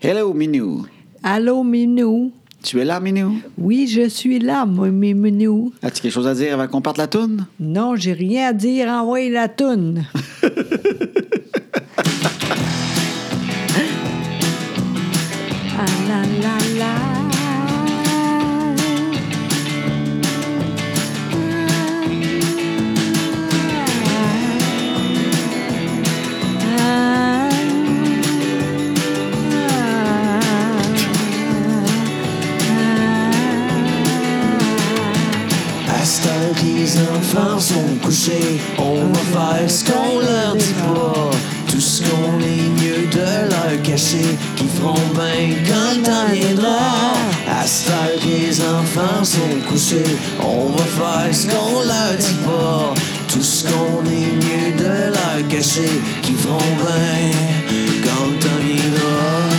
Hello, Minou. Allô, Minou? Tu es là, Minou? Oui, je suis là, moi, Minou. As-tu quelque chose à dire avant qu'on parte la toune? Non, j'ai rien à dire. Envoyez la toune. Ah la la la. À cette heure que les enfants sont couchés, on va faire ce qu'on leur dit pas. Tout ce qu'on est mieux de leur cacher, qui feront bien quand le temps viendra. À cette heure que les enfants sont couchés, on va faire ce qu'on leur dit pas. Tout ce qu'on est mieux de leur cacher, qui feront bien quand le temps viendra.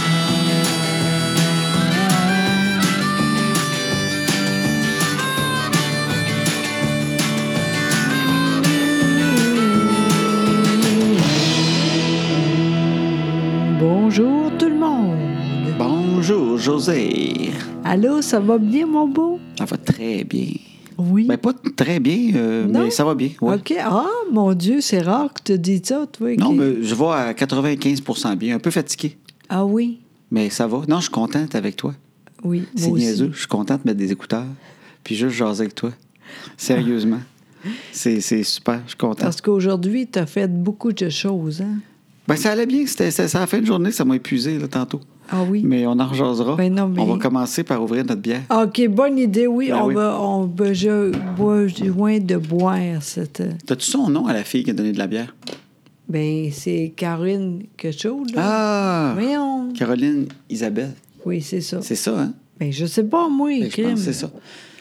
Bonjour tout le monde. Bonjour, José. Allô, ça va bien, mon beau? Ça va très bien. Oui. Ben, pas très bien, Non? mais ça va bien. Ouais. OK. Ah, mon Dieu, c'est rare que tu dis ça, toi. Non, qui- mais je vais à 95% bien. Un peu fatigué, Ah oui? mais ça va. Non, je suis contente avec toi. Oui, C'est moi aussi. niaiseux. Je suis contente de mettre des écouteurs puis juste jaser avec toi. Sérieusement. C'est super. Je suis content. Parce qu'aujourd'hui, tu as fait beaucoup de choses, hein? Ben, ça allait bien. C'est à la fin de journée, ça m'a épuisé là, tantôt. Ah oui? Mais on en rejasera. Ben non, mais- On va commencer par ouvrir notre bière. Ah, OK, bonne idée, oui. Ben oui. On va je bois loin de boire cette... T'as-tu son nom à la fille qui a donné de la bière? Ben, c'est Karine quelque chose, là. Ah! Voyons. Caroline Isabelle. Oui, c'est ça. C'est ça, hein? Ben, je sais pas, moi, Ben, je pense crime. que c'est ça.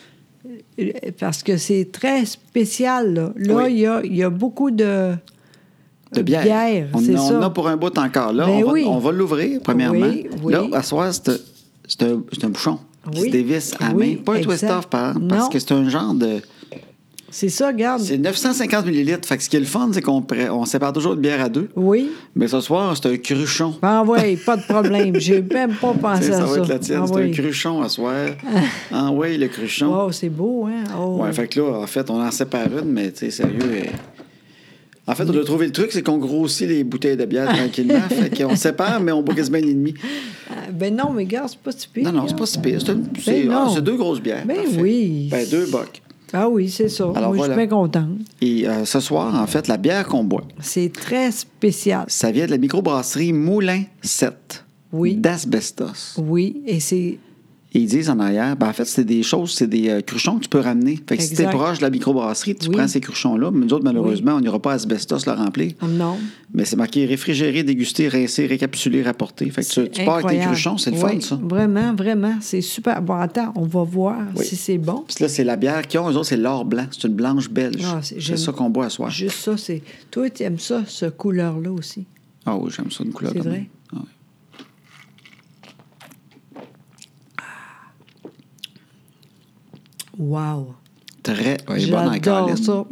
Parce que c'est très spécial, là. Là, Oui. il y a beaucoup de Bière. On c'est en ça. a pour un bout encore. Là, Ben oui. on va l'ouvrir, premièrement. Oui. Là, à soir, c'est un bouchon qui Oui. se dévisse à la Oui, main. Pas un exact. twist-off, parce Non. que c'est un genre de... C'est ça, regarde. C'est 950 millilitres. Fait que ce qui est le fun, c'est qu'on sépare toujours une bière à deux. Oui. Mais ce soir, c'est un cruchon. Ben oui, pas de problème. J'ai même pas pensé Ça à va ça. être la tienne. Ah C'est oui. un cruchon à soir. Ah oui, le cruchon. Wow, c'est beau, hein? Oh. Ouais, fait que là, en fait, on en sépare une, mais tu sais, sérieux. En fait, on a trouvé le truc, c'est qu'on grossit les bouteilles de bière tranquillement. Fait qu'on sépare, mais on boit quasiment une et demie. Ben non, mais regarde, c'est pas si pire. Non, c'est pas si pire. C'est non. c'est deux grosses bières. Ben Parfait. oui. Ben, deux bocs. Ah oui, c'est ça. Alors, Moi, voilà. je suis bien contente. Et ce soir, en fait, la bière qu'on boit, C'est très spécial. ça vient de la microbrasserie Moulin 7 Oui. d'Asbestos. Oui, et c'est... Et ils disent en arrière, ben en fait, c'est des choses, c'est des cruchons que tu peux ramener. Fait que si Exact. t'es proche de la microbrasserie, tu Oui. prends ces cruchons-là. Mais nous autres, malheureusement, on n'ira pas à Asbestos le remplir. Non. Mais c'est marqué réfrigérer, déguster, rincer, récapsuler, rapporter. Fait que tu pars avec tes Incroyable. cruchons, c'est le Oui, fun, ça. Vraiment, vraiment. C'est super. Bon, attends, on va voir Oui. si c'est bon. Puis là, c'est la bière qu'ils ont. Eux autres, c'est l'or blanc. C'est une blanche belge. Ah, c'est j'aime- ça qu'on boit à soir. Juste ça, c'est... Toi, tu aimes ça, ce couleur-là aussi. Ah oui, j'aime ça, une couleur C'est comme vrai? ça. Ah oui. Wow. Très oui, bonne en J'adore câlisse. ça.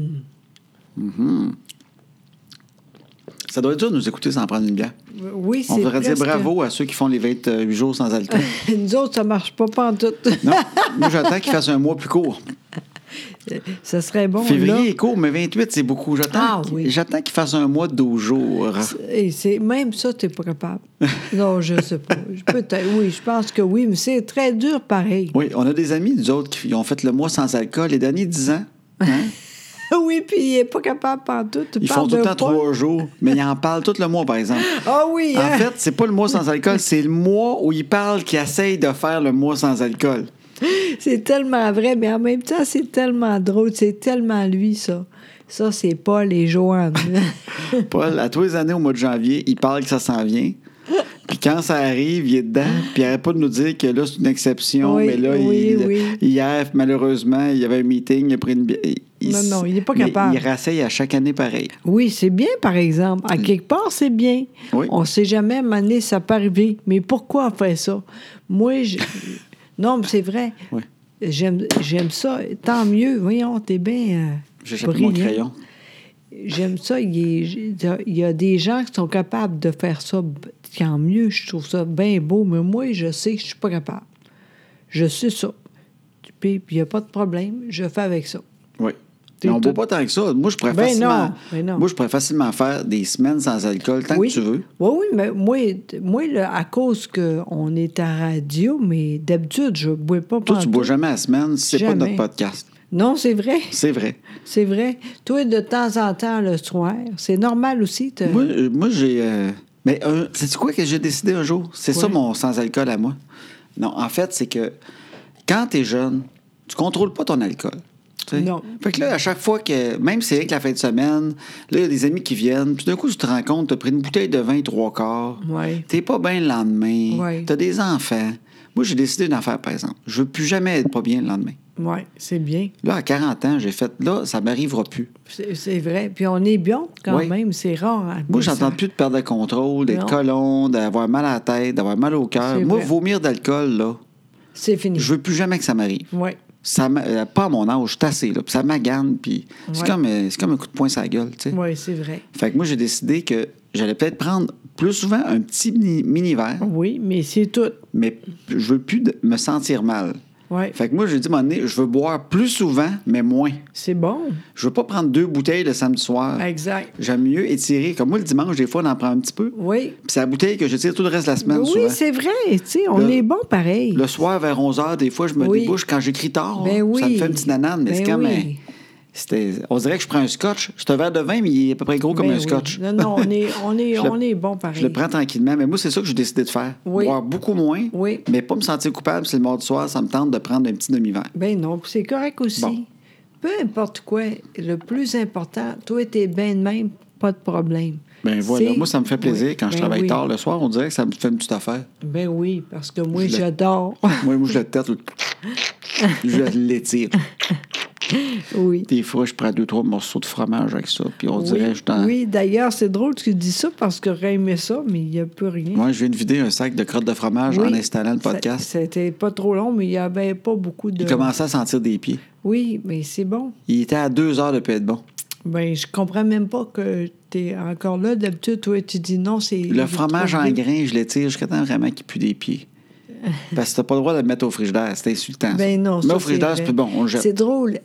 Ça doit être dur de nous écouter sans prendre une bière. Oui, c'est On devrait dire presque- bravo à ceux qui font les 28 jours sans alcool. Nous autres, ça marche pas pantoute. Non, moi, j'attends qu'ils fassent un mois plus court. Ça serait bon, Février là. est court, mais 28, c'est beaucoup. Ah, oui. J'attends qu'ils fassent un mois de 12 jours. Et c'est même ça, tu n'es pas capable. Non, je sais pas. Peut-être, oui, je pense que oui, mais c'est très dur pareil. Oui, on a des amis, nous autres, qui ont fait le mois sans alcool les derniers 10 ans. Hein? Oui, puis il n'est pas capable pantoute. Ils font tout le temps 3 jours, mais ils en parlent tout le mois, par exemple. Ah oui, En hein? fait, c'est pas le mois sans alcool, c'est le mois où ils parlent qu'ils essayent de faire le mois sans alcool. C'est tellement vrai, mais en même temps, c'est tellement drôle. C'est tellement lui, ça. Ça, c'est Paul et Joanne. Paul, à tous les années, au mois de janvier, il parle que ça s'en vient. Puis quand ça arrive, il est dedans. Puis il n'arrête pas de nous dire que là, c'est une exception. Oui, mais là, oui. hier, malheureusement, il y avait un meeting, il a pris une bière. Non, il n'est pas mais capable. il rassaille à chaque année pareil. Oui, c'est bien, par exemple. À quelque part, c'est bien. Oui. On ne sait jamais, à un moment donné, ça peut arriver. Mais pourquoi on fait ça? Moi, non, mais c'est vrai. Oui. J'aime ça. Tant mieux. Voyons, t'es bien J'ai échappé mon brillant. crayon. J'aime ça. Il y a des gens qui sont capables de faire ça. tant mieux, je trouve ça bien beau, mais moi, je sais que je suis pas capable. Je sais ça. Puis il n'y a pas de problème, je fais avec ça. Oui. T'es Mais on ne boit tout- pas tant que ça. Moi, je pourrais Ben facilement... non, ben non. Moi, je pourrais facilement faire des semaines sans alcool tant Oui. que tu veux. Oui, oui, mais moi là, à cause qu'on est à radio, mais d'habitude, je ne bois pas Toi, tu pantoute. bois jamais la semaine si c'est pas Jamais. notre podcast. Non, c'est vrai. C'est vrai. C'est vrai. Toi, de temps en temps, le soir, c'est normal aussi. Moi j'ai... Mais sais-tu quoi que j'ai décidé un jour? C'est Quoi? ça mon sans-alcool à moi. Non, en fait, c'est que quand tu es jeune, tu contrôles pas ton alcool. Tu sais? Non. Fait que là, à chaque fois que... Même si c'est avec la fin de semaine, là, il y a des amis qui viennent, puis d'un coup, tu te rends compte, tu as pris une bouteille de vin 3/4. Oui. T'es pas bien le lendemain. Ouais. Tu as des enfants. Moi, j'ai décidé d'une affaire, par exemple. Je veux plus jamais être pas bien le lendemain. Oui, c'est bien. Là, à 40 ans, j'ai fait... Là, ça m'arrivera plus. C'est vrai. Puis on est bien quand Oui. même. C'est rare. Hein, Moi, ça. j'entends plus de perdre le contrôle, d'être Non. colon, d'avoir mal à la tête, d'avoir mal au cœur. C'est Moi, vrai. vomir d'alcool, là, C'est fini. je veux plus jamais que ça m'arrive. Oui. Pas à mon âge, je suis assez, là. Puis ça m'agane, puis c'est Ouais. comme un coup de poing sur la gueule, tu sais. Oui, c'est vrai. Fait que moi, j'ai décidé que j'allais peut-être prendre plus souvent un petit mini-verre, Oui, mais c'est tout. mais je veux plus me sentir mal. Oui. Fait que moi, j'ai dit, à un moment donné, je veux boire plus souvent, mais moins. C'est bon. Je veux pas prendre 2 bouteilles le samedi soir. Exact. J'aime mieux étirer. Comme moi, le dimanche, des fois, on en prend un petit peu. Oui. Puis c'est la bouteille que je tire tout le reste de la semaine, Oui, souvent. c'est vrai. Tu sais, on Le- est bon pareil. Le soir, vers 11 h, des fois, je me Oui. débouche quand j'écris tard. Ben oui. Ça me fait un petit nanane, mais Ben c'est comme oui. on dirait que je prends un scotch. C'est un verre de vin, mais il est à peu près gros comme Ben un oui. scotch. Non, non, on est bon pareil. Je le prends tranquillement. Mais moi, c'est ça que j'ai décidé de faire. Oui. Boire beaucoup moins, Oui. mais pas me sentir coupable. C'est le mardi soir, ça me tente de prendre un petit demi-verre. Ben non, c'est correct aussi. Bon. Peu importe quoi, le plus important, toi, t'es bien de même, pas de problème. Ben voilà. C'est- Moi, ça me fait plaisir. Oui. Quand je Ben travaille oui. tard le soir, on dirait que ça me fait une petite affaire. Ben oui, parce que moi, Je le- j'adore. Moi, je le tête. Je l'étire. Oui. Des fois, je prends 2-3 morceaux de fromage avec ça. Puis on dirait, je t'en... Oui, d'ailleurs, c'est drôle que tu dis ça parce que j'aurais aimé ça, mais il n'y a plus rien. Moi, je viens de vider un sac de crottes de fromage Oui. en installant le podcast. C'était pas trop long, mais il n'y avait pas beaucoup de. Il commençait à sentir des pieds. Oui, mais c'est bon. Il était à 2 heures de peut être bon. Ben, je comprends même pas que tu es encore là. D'habitude, toi, tu dis non, c'est. Le fromage en grains, je l'étire jusqu'à temps vraiment qu'il pue des pieds. Parce que t'as pas le droit de le mettre au frigidaire. C'est insultant. ça. Ben non, Mais ça, au frigidaire, c'est vrai. plus bon. On le jette. C'est drôle.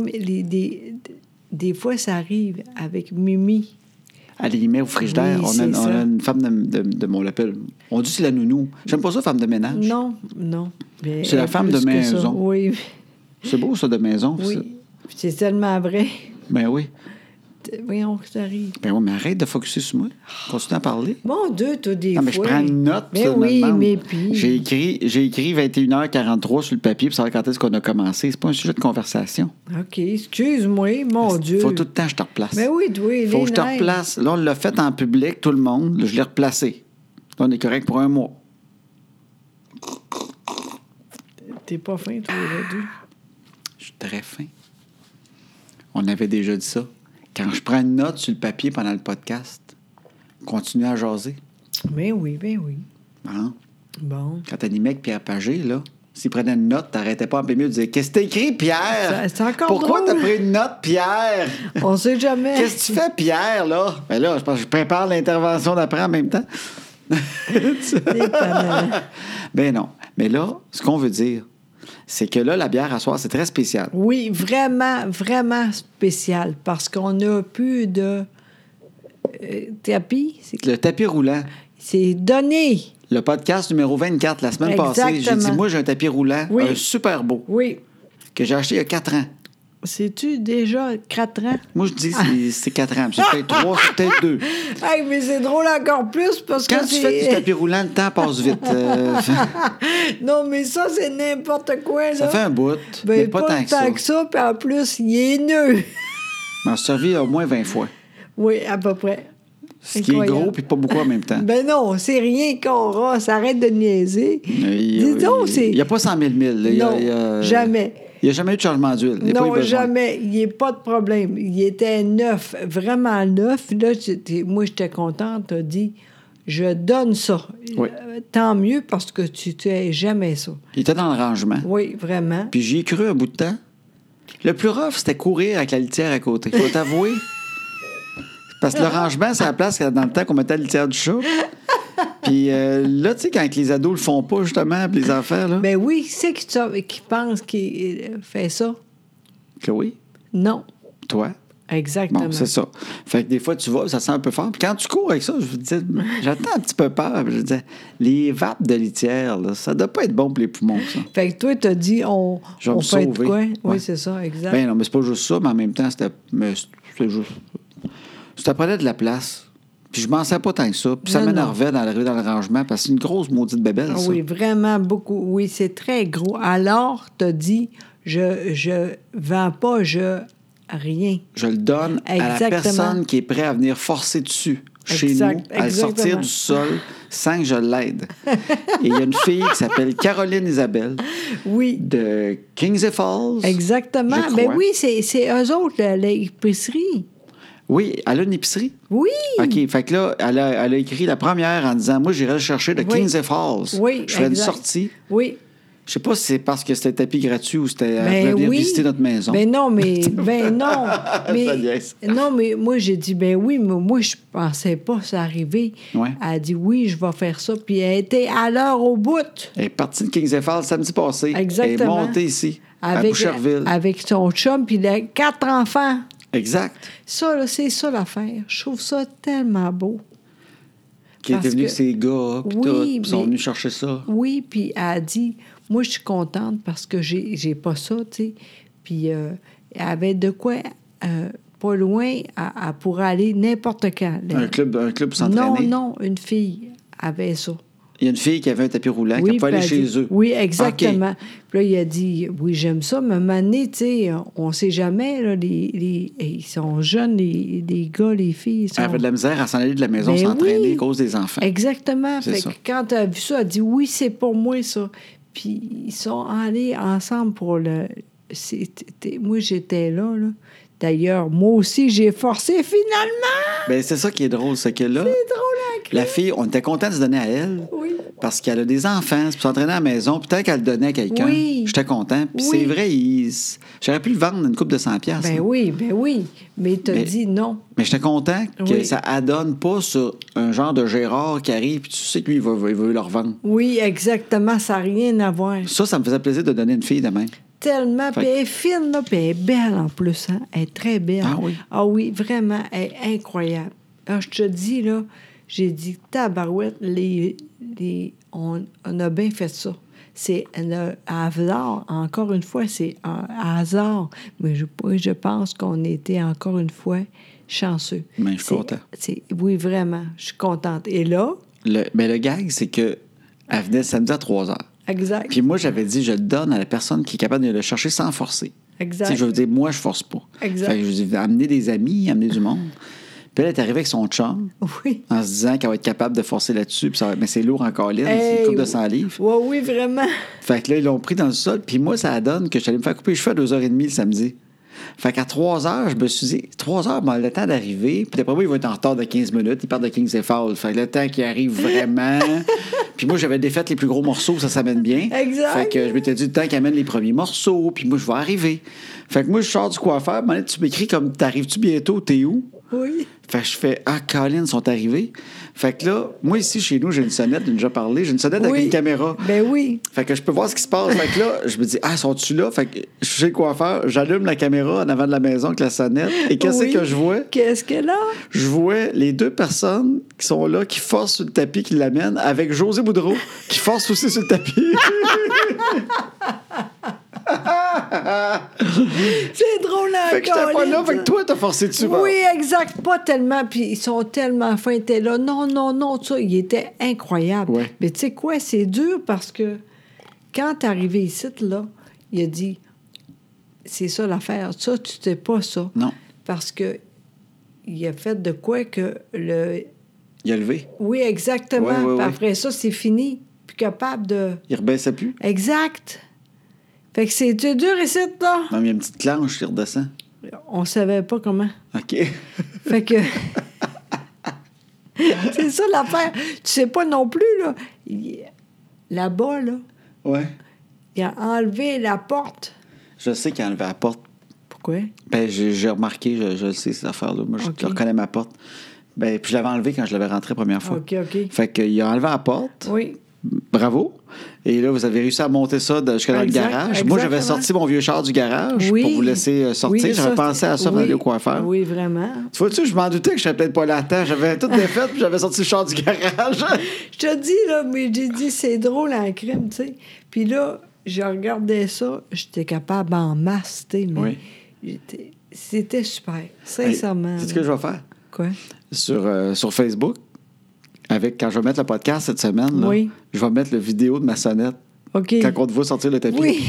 Des fois, ça arrive avec Mimi. Elle les met au frigidaire. Oui, on, c'est a, on ça. a une femme on l'appelle. On dit c'est la nounou. J'aime pas ça, femme de ménage. Non, non. Mais C'est la elle, femme plus de que ça. maison. Oui, C'est beau, ça, de maison. ça. oui. C'est tellement vrai. Ben oui. Voyons que ça arrive. Ben oui, mais arrête de focusser sur moi. Continue à parler. Mon Dieu, toi, des Non, fois. mais je prends une note. Mais ça, me oui, demande. mais puis. J'ai écrit 21h43 sur le papier pour savoir quand est-ce qu'on a commencé. C'est pas un sujet de conversation. OK, excuse-moi, mon Dieu. Faut tout le temps que je te replace. Mais oui, oui, Faut que je te les nerfs. replace. Là, on l'a fait en public, tout le monde. Là, je l'ai replacé. Là, on est correct pour un mois. T'es pas fin, toi, aujourd'hui. Je suis très fin. On avait déjà dit ça. Quand je prends une note sur le papier pendant le podcast, continue à jaser. Ben oui, ben oui. Hein? Bon. Quand t'animais avec Pierre Pagé, là, s'il prenait une note, t'arrêtais pas en plein milieu de dire « Qu'est-ce que t'as écrit, Pierre? C'est encore Pourquoi drôle. t'as pris une note, Pierre? On sait jamais. Qu'est-ce que tu fais, Pierre, là? » Ben là, je pense que je prépare l'intervention d'après en même temps. Dépendamment. Ben non. Mais là, ce qu'on veut dire, c'est que là, la bière à soir, c'est très spécial. Oui, vraiment, vraiment spécial parce qu'on n'a plus de tapis. Le tapis roulant. C'est donné. Le podcast numéro 24, la semaine passée, j'ai Exactement. dit, moi, j'ai un tapis roulant, Oui. un super beau, Oui. que j'ai acheté il y a 4 ans. C'est-tu déjà 4 ans? Moi, je dis, c'est 4 ans. C'est peut-être 3, c'est peut-être 2. Hey, mais c'est drôle encore plus parce Quand que tu fais du tapis roulant, le temps passe vite. Non, mais ça, c'est n'importe quoi, là. Ça fait un bout, mais Ben, pas tant que ça. tant que ça, puis en plus, il est nœud. Je m'en suis servi au moins 20 fois. Oui, à peu près. Ce qui est Incroyable. gros puis pas beaucoup en même temps. Ben non, c'est rien qu'on aura. Arrête de niaiser. Dis donc, c'est... Il n'y a pas 100 000 milles. Non, jamais. Il n'y a jamais eu de changement d'huile. Il n'y a pas eu Non, besoin. jamais. Il n'y a pas de problème. Il était neuf, vraiment neuf. Là, moi, j'étais contente. Tu as dit, je donne ça. Oui. Tant mieux parce que tu n'as jamais ça. Il était dans le rangement. Oui, vraiment. Puis j'y ai cru un bout de temps. Le plus rough, c'était courir avec la litière à côté. Faut t'avouer. Parce que le rangement, c'est la place dans le temps qu'on mettait la litière du chat. Puis là, tu sais, quand les ados le font pas, justement, puis les enfants, là. Ben oui, c'est qui pense qu'il fait ça? Chloé, Non. toi. Exactement. Bon, c'est ça. Fait que des fois, tu vas, ça sent un peu fort. Puis quand tu cours avec ça, je vous dis, j'attends un petit peu peur. Puis je disais, les vapes de litière, là, ça doit pas être bon pour les poumons, ça. Fait que toi, t'as dit, on Je vais me fait de sauver. quoi? Ouais. Oui, c'est ça, exact. Ben non, mais c'est pas juste ça, mais en même temps, c'était juste. Ça prenait de la place. Puis je m'en sais pas tant que ça. Puis ça Non, m'énervait dans le rangement parce que c'est une grosse maudite bébelle, Ah ça. oui, vraiment beaucoup. Oui, c'est très gros. Alors, t'as dit, je vends pas, rien. Je le donne à la Exactement. personne qui est prête à venir forcer dessus chez nous, à le sortir Exactement. du sol sans que je l'aide. Et il y a une fille qui s'appelle Caroline Isabelle Oui. de Kingsley Falls. Exactement. je Ben crois. oui, c'est eux autres, l'épicerie. Oui, elle a une épicerie. Oui. OK, fait que là, elle a écrit la première en disant, moi, j'irai le chercher de Oui. Kingsley Falls. Oui, Je ferai une exact. sortie. Oui. Je sais pas si c'est parce que c'était tapis gratuit ou c'était elle Ben voulait venir oui. visiter notre maison. Ben non, mais non. Ça niaise. Non, mais moi, j'ai dit, ben oui, mais moi, je pensais pas ça arriver. Ouais. Elle a dit, oui, je vais faire ça. Puis elle était à l'heure au bout. Elle est partie de Kingsley Falls samedi passé. Exactement. Elle est montée ici, à Boucherville. Avec son chum, puis il a 4 enfants. Exact. Ça, là, c'est ça l'affaire. Je trouve ça tellement beau. Qui Parce était venu que- avec ses gars, puis Oui, tout, puis ils sont mais- venus chercher ça. Oui, puis elle a dit, moi, je suis contente parce que j'ai pas ça, tu sais. Puis elle avait de quoi, pas loin, elle pourrait aller n'importe quand. Un club pour s'entraîner. Non, une fille avait ça. Il y a une fille qui avait un tapis roulant, qui pouvait aller puis elle chez dit- eux. Oui, exactement. OK. Puis là, il a dit, oui, j'aime ça, mais à un moment donné, tu sais, on sait jamais, là, ils sont jeunes, les gars, les filles. Ils sont... Elle avait de la misère à s'en aller de la maison Ben s'entraîner oui. à cause des enfants. Exactement. C'est Fait ça. que quand tu as vu ça, elle a dit, oui, c'est pour moi, ça. Puis ils sont allés ensemble pour le... Moi, j'étais là, là. D'ailleurs, moi aussi, j'ai forcé finalement. Ben, c'est ça qui est drôle, c'est que là, C'est drôle à la fille, on était content de se donner à elle. Oui. Parce qu'elle a des enfants, puis s'entraîner à la maison, puis tant qu'elle le donnait à quelqu'un, Oui. j'étais content. Puis Oui. c'est vrai, j'aurais pu le vendre une coupe de 100$. Ben oui. Mais t'as Mais- dit non. Mais j'étais content que Oui. ça adonne pas sur un genre de Gérard qui arrive, puis tu sais que lui, il veut le revendre. Oui, exactement. Ça n'a rien à voir. Ça me faisait plaisir de donner une fille demain. Tellement. Fait Puis elle est fine, là, puis elle est belle en plus. Hein? Elle est très belle. Ah oui? Ah oui, vraiment. Elle est incroyable. Alors, je te dis, là, j'ai dit, tabarouette, on a bien fait ça. C'est un hasard. Encore une fois, c'est un hasard. Mais je pense qu'on était encore une fois chanceux. Ben, je suis content. Oui, vraiment. Je suis contente. Et là, Le gag, c'est que elle venait samedi à 3h. exact. Puis moi, j'avais dit, je le donne à la personne qui est capable de le chercher sans forcer. Exact. Tu sais, je veux dire, moi, je force pas. Exact. Fait que je dis, amener des amis, amener du monde. Puis elle est arrivée avec son chum, Oui. en se disant qu'elle va être capable de forcer là-dessus. Puis mais c'est lourd en colline, c'est Hey, une coupe de 100 livres. Oui, vraiment. Fait que là, ils l'ont pris dans le sol. Puis moi, ça donne que je suis allé me faire couper les cheveux à 2h30 le samedi. Fait qu'à 3h, je me suis dit, 3h, ben, le temps d'arriver. Puis d'après moi, il va être en retard de 15 minutes. Il part de Kingsley Falls. Fait que le temps qu'il arrive vraiment. Puis moi, j'avais défait les plus gros morceaux, ça s'amène bien. Exact. Fait que je m'étais dit, le temps qu'il amène les premiers morceaux. Puis moi, je vais arriver. Fait que moi, je sors du coiffeur. À un moment donné, tu m'écris comme, t'arrives-tu bientôt? T'es où? Oui. Fait que je fais, ah, Colin, sont arrivés. Fait que là, moi, ici, chez nous, j'ai une sonnette, j'ai déjà parlé. J'ai une sonnette avec Oui. une caméra. Ben oui. Fait que je peux voir ce qui se passe. Fait que là, je me dis, ah, sont-tu là? Fait que je suis chez le coiffeur, j'allume la caméra en avant de la maison avec la sonnette. Et qu'est-ce Oui. que je vois? Qu'est-ce qu'elle a? Je vois les deux personnes qui sont là, qui forcent sur le tapis, qui l'amènent, avec José Boudreau, qui force aussi sur le tapis. C'est drôle à Fait que j'étais pas là, fait que toi, t'as forcé dessus. bon. Oui, exact. Pas tellement. Puis ils sont tellement fins. Ils étaient là. Non, ça. Il était incroyable. Ouais. Mais tu sais quoi? C'est dur parce que quand t'es arrivé ici, là, il a dit, c'est ça l'affaire. Ça, tu sais pas ça. Non. Parce que il a fait de quoi que le... Il a levé. Oui, exactement. Ouais, ouais, Puis ouais. après ça, c'est fini. Plus capable de... Il rebaissait plus. Exact. Fait que c'est dur ici, là. Non, mais il y a une petite clanche qui redescend. On savait pas comment. OK. Fait que... c'est ça l'affaire. Tu sais pas non plus, là. Là-bas, là, Ouais. il a enlevé la porte. Je sais qu'il a enlevé la porte. Pourquoi? Ben, j'ai remarqué, je le sais, ces affaires-là. Moi, je OK. reconnais ma porte. Ben, puis je l'avais enlevé quand je l'avais rentré la première fois. OK. Fait qu'il a enlevé la porte. Oui. Bravo. Et là, vous avez réussi à monter ça jusqu'à dans le Exact, garage. Moi, j'avais exactement. sorti mon vieux char du garage Oui. pour vous laisser sortir. Oui, J'avais ça, pensé à ça avant oui. d'aller au coiffeur. Oui, vraiment. Tu vois-tu, je m'en doutais que je serais peut-être pas là à temps. J'avais tout défait, puis j'avais sorti le char du garage. Je te dis, là, mais j'ai dit, c'est drôle en crime, tu sais. Puis là, je regardais ça, j'étais capable en masse, tu sais, mais c'était super, sincèrement. C'est ce que je vais faire Quoi? sur Facebook. Quand je vais mettre le podcast cette semaine, là, Oui. je vais mettre la vidéo de ma sonnette OK. quand on te voit sortir le tapis. Oui.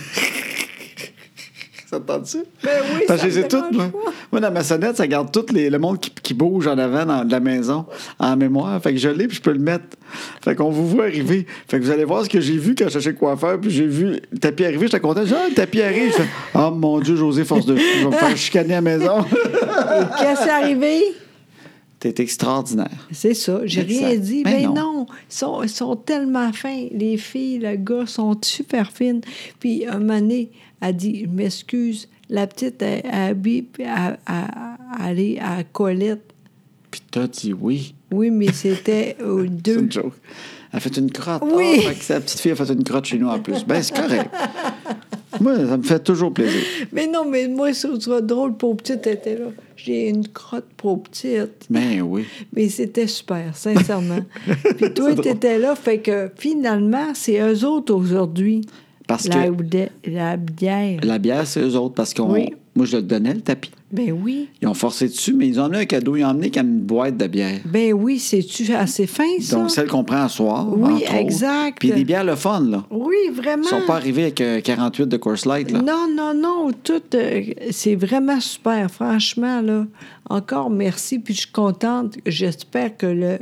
Ça te tente-tu? Ben oui, Parce ça que je les ai me toutes, dérange moi. pas. Moi, dans ma sonnette, ça garde tout le monde qui bouge en avant de la maison en mémoire. Fait que je l'ai, puis je peux le mettre. Fait qu'on vous voit arriver. Fait que vous allez voir ce que j'ai vu quand je cherchais quoi faire, puis j'ai vu le tapis arriver. J'étais content. Le tapis arrive. Je fais, oh mon Dieu, José, force de fou. Je vais me faire chicaner à la maison. Et qu'est-ce qui est arrivé? T'es extraordinaire. C'est ça. J'ai Exact. rien dit. Ben Mais non. non, ils sont tellement fins. Les filles, le gars sont super fines. Puis, un moment donné, elle dit, je m'excuse, la petite, elle allait à Colette. Puis t'as dit oui. Oui, mais c'était C'est deux. une joke. Elle a fait une crotte. Oui. Fait que sa petite fille a fait une crotte chez nous en plus. Ben, c'est correct. Moi, ça me fait toujours plaisir. Mais non, mais moi, ça serait drôle. Pour petite, elle était là. J'ai une crotte pour petite. Ben oui. Mais c'était super, sincèrement. Puis toi, C'est drôle. t'étais là. Fait que finalement, c'est eux autres aujourd'hui. Parce La, que la bière. la bière, c'est eux autres. Parce que Oui. moi, je le donnais, le tapis. Ben oui. Ils ont forcé dessus, mais ils ont amené un cadeau. Ils ont amené comme une boîte de bière. Ben oui, c'est-tu assez fin, ça? Donc, celle qu'on prend à soir. Oui, entre autres. exact. Puis des bières le fun, là. Oui, vraiment. Ils sont pas arrivés avec 48 de Coors Light, là. Non. Tout, c'est vraiment super. Franchement, là, encore merci. Puis je suis contente. J'espère que le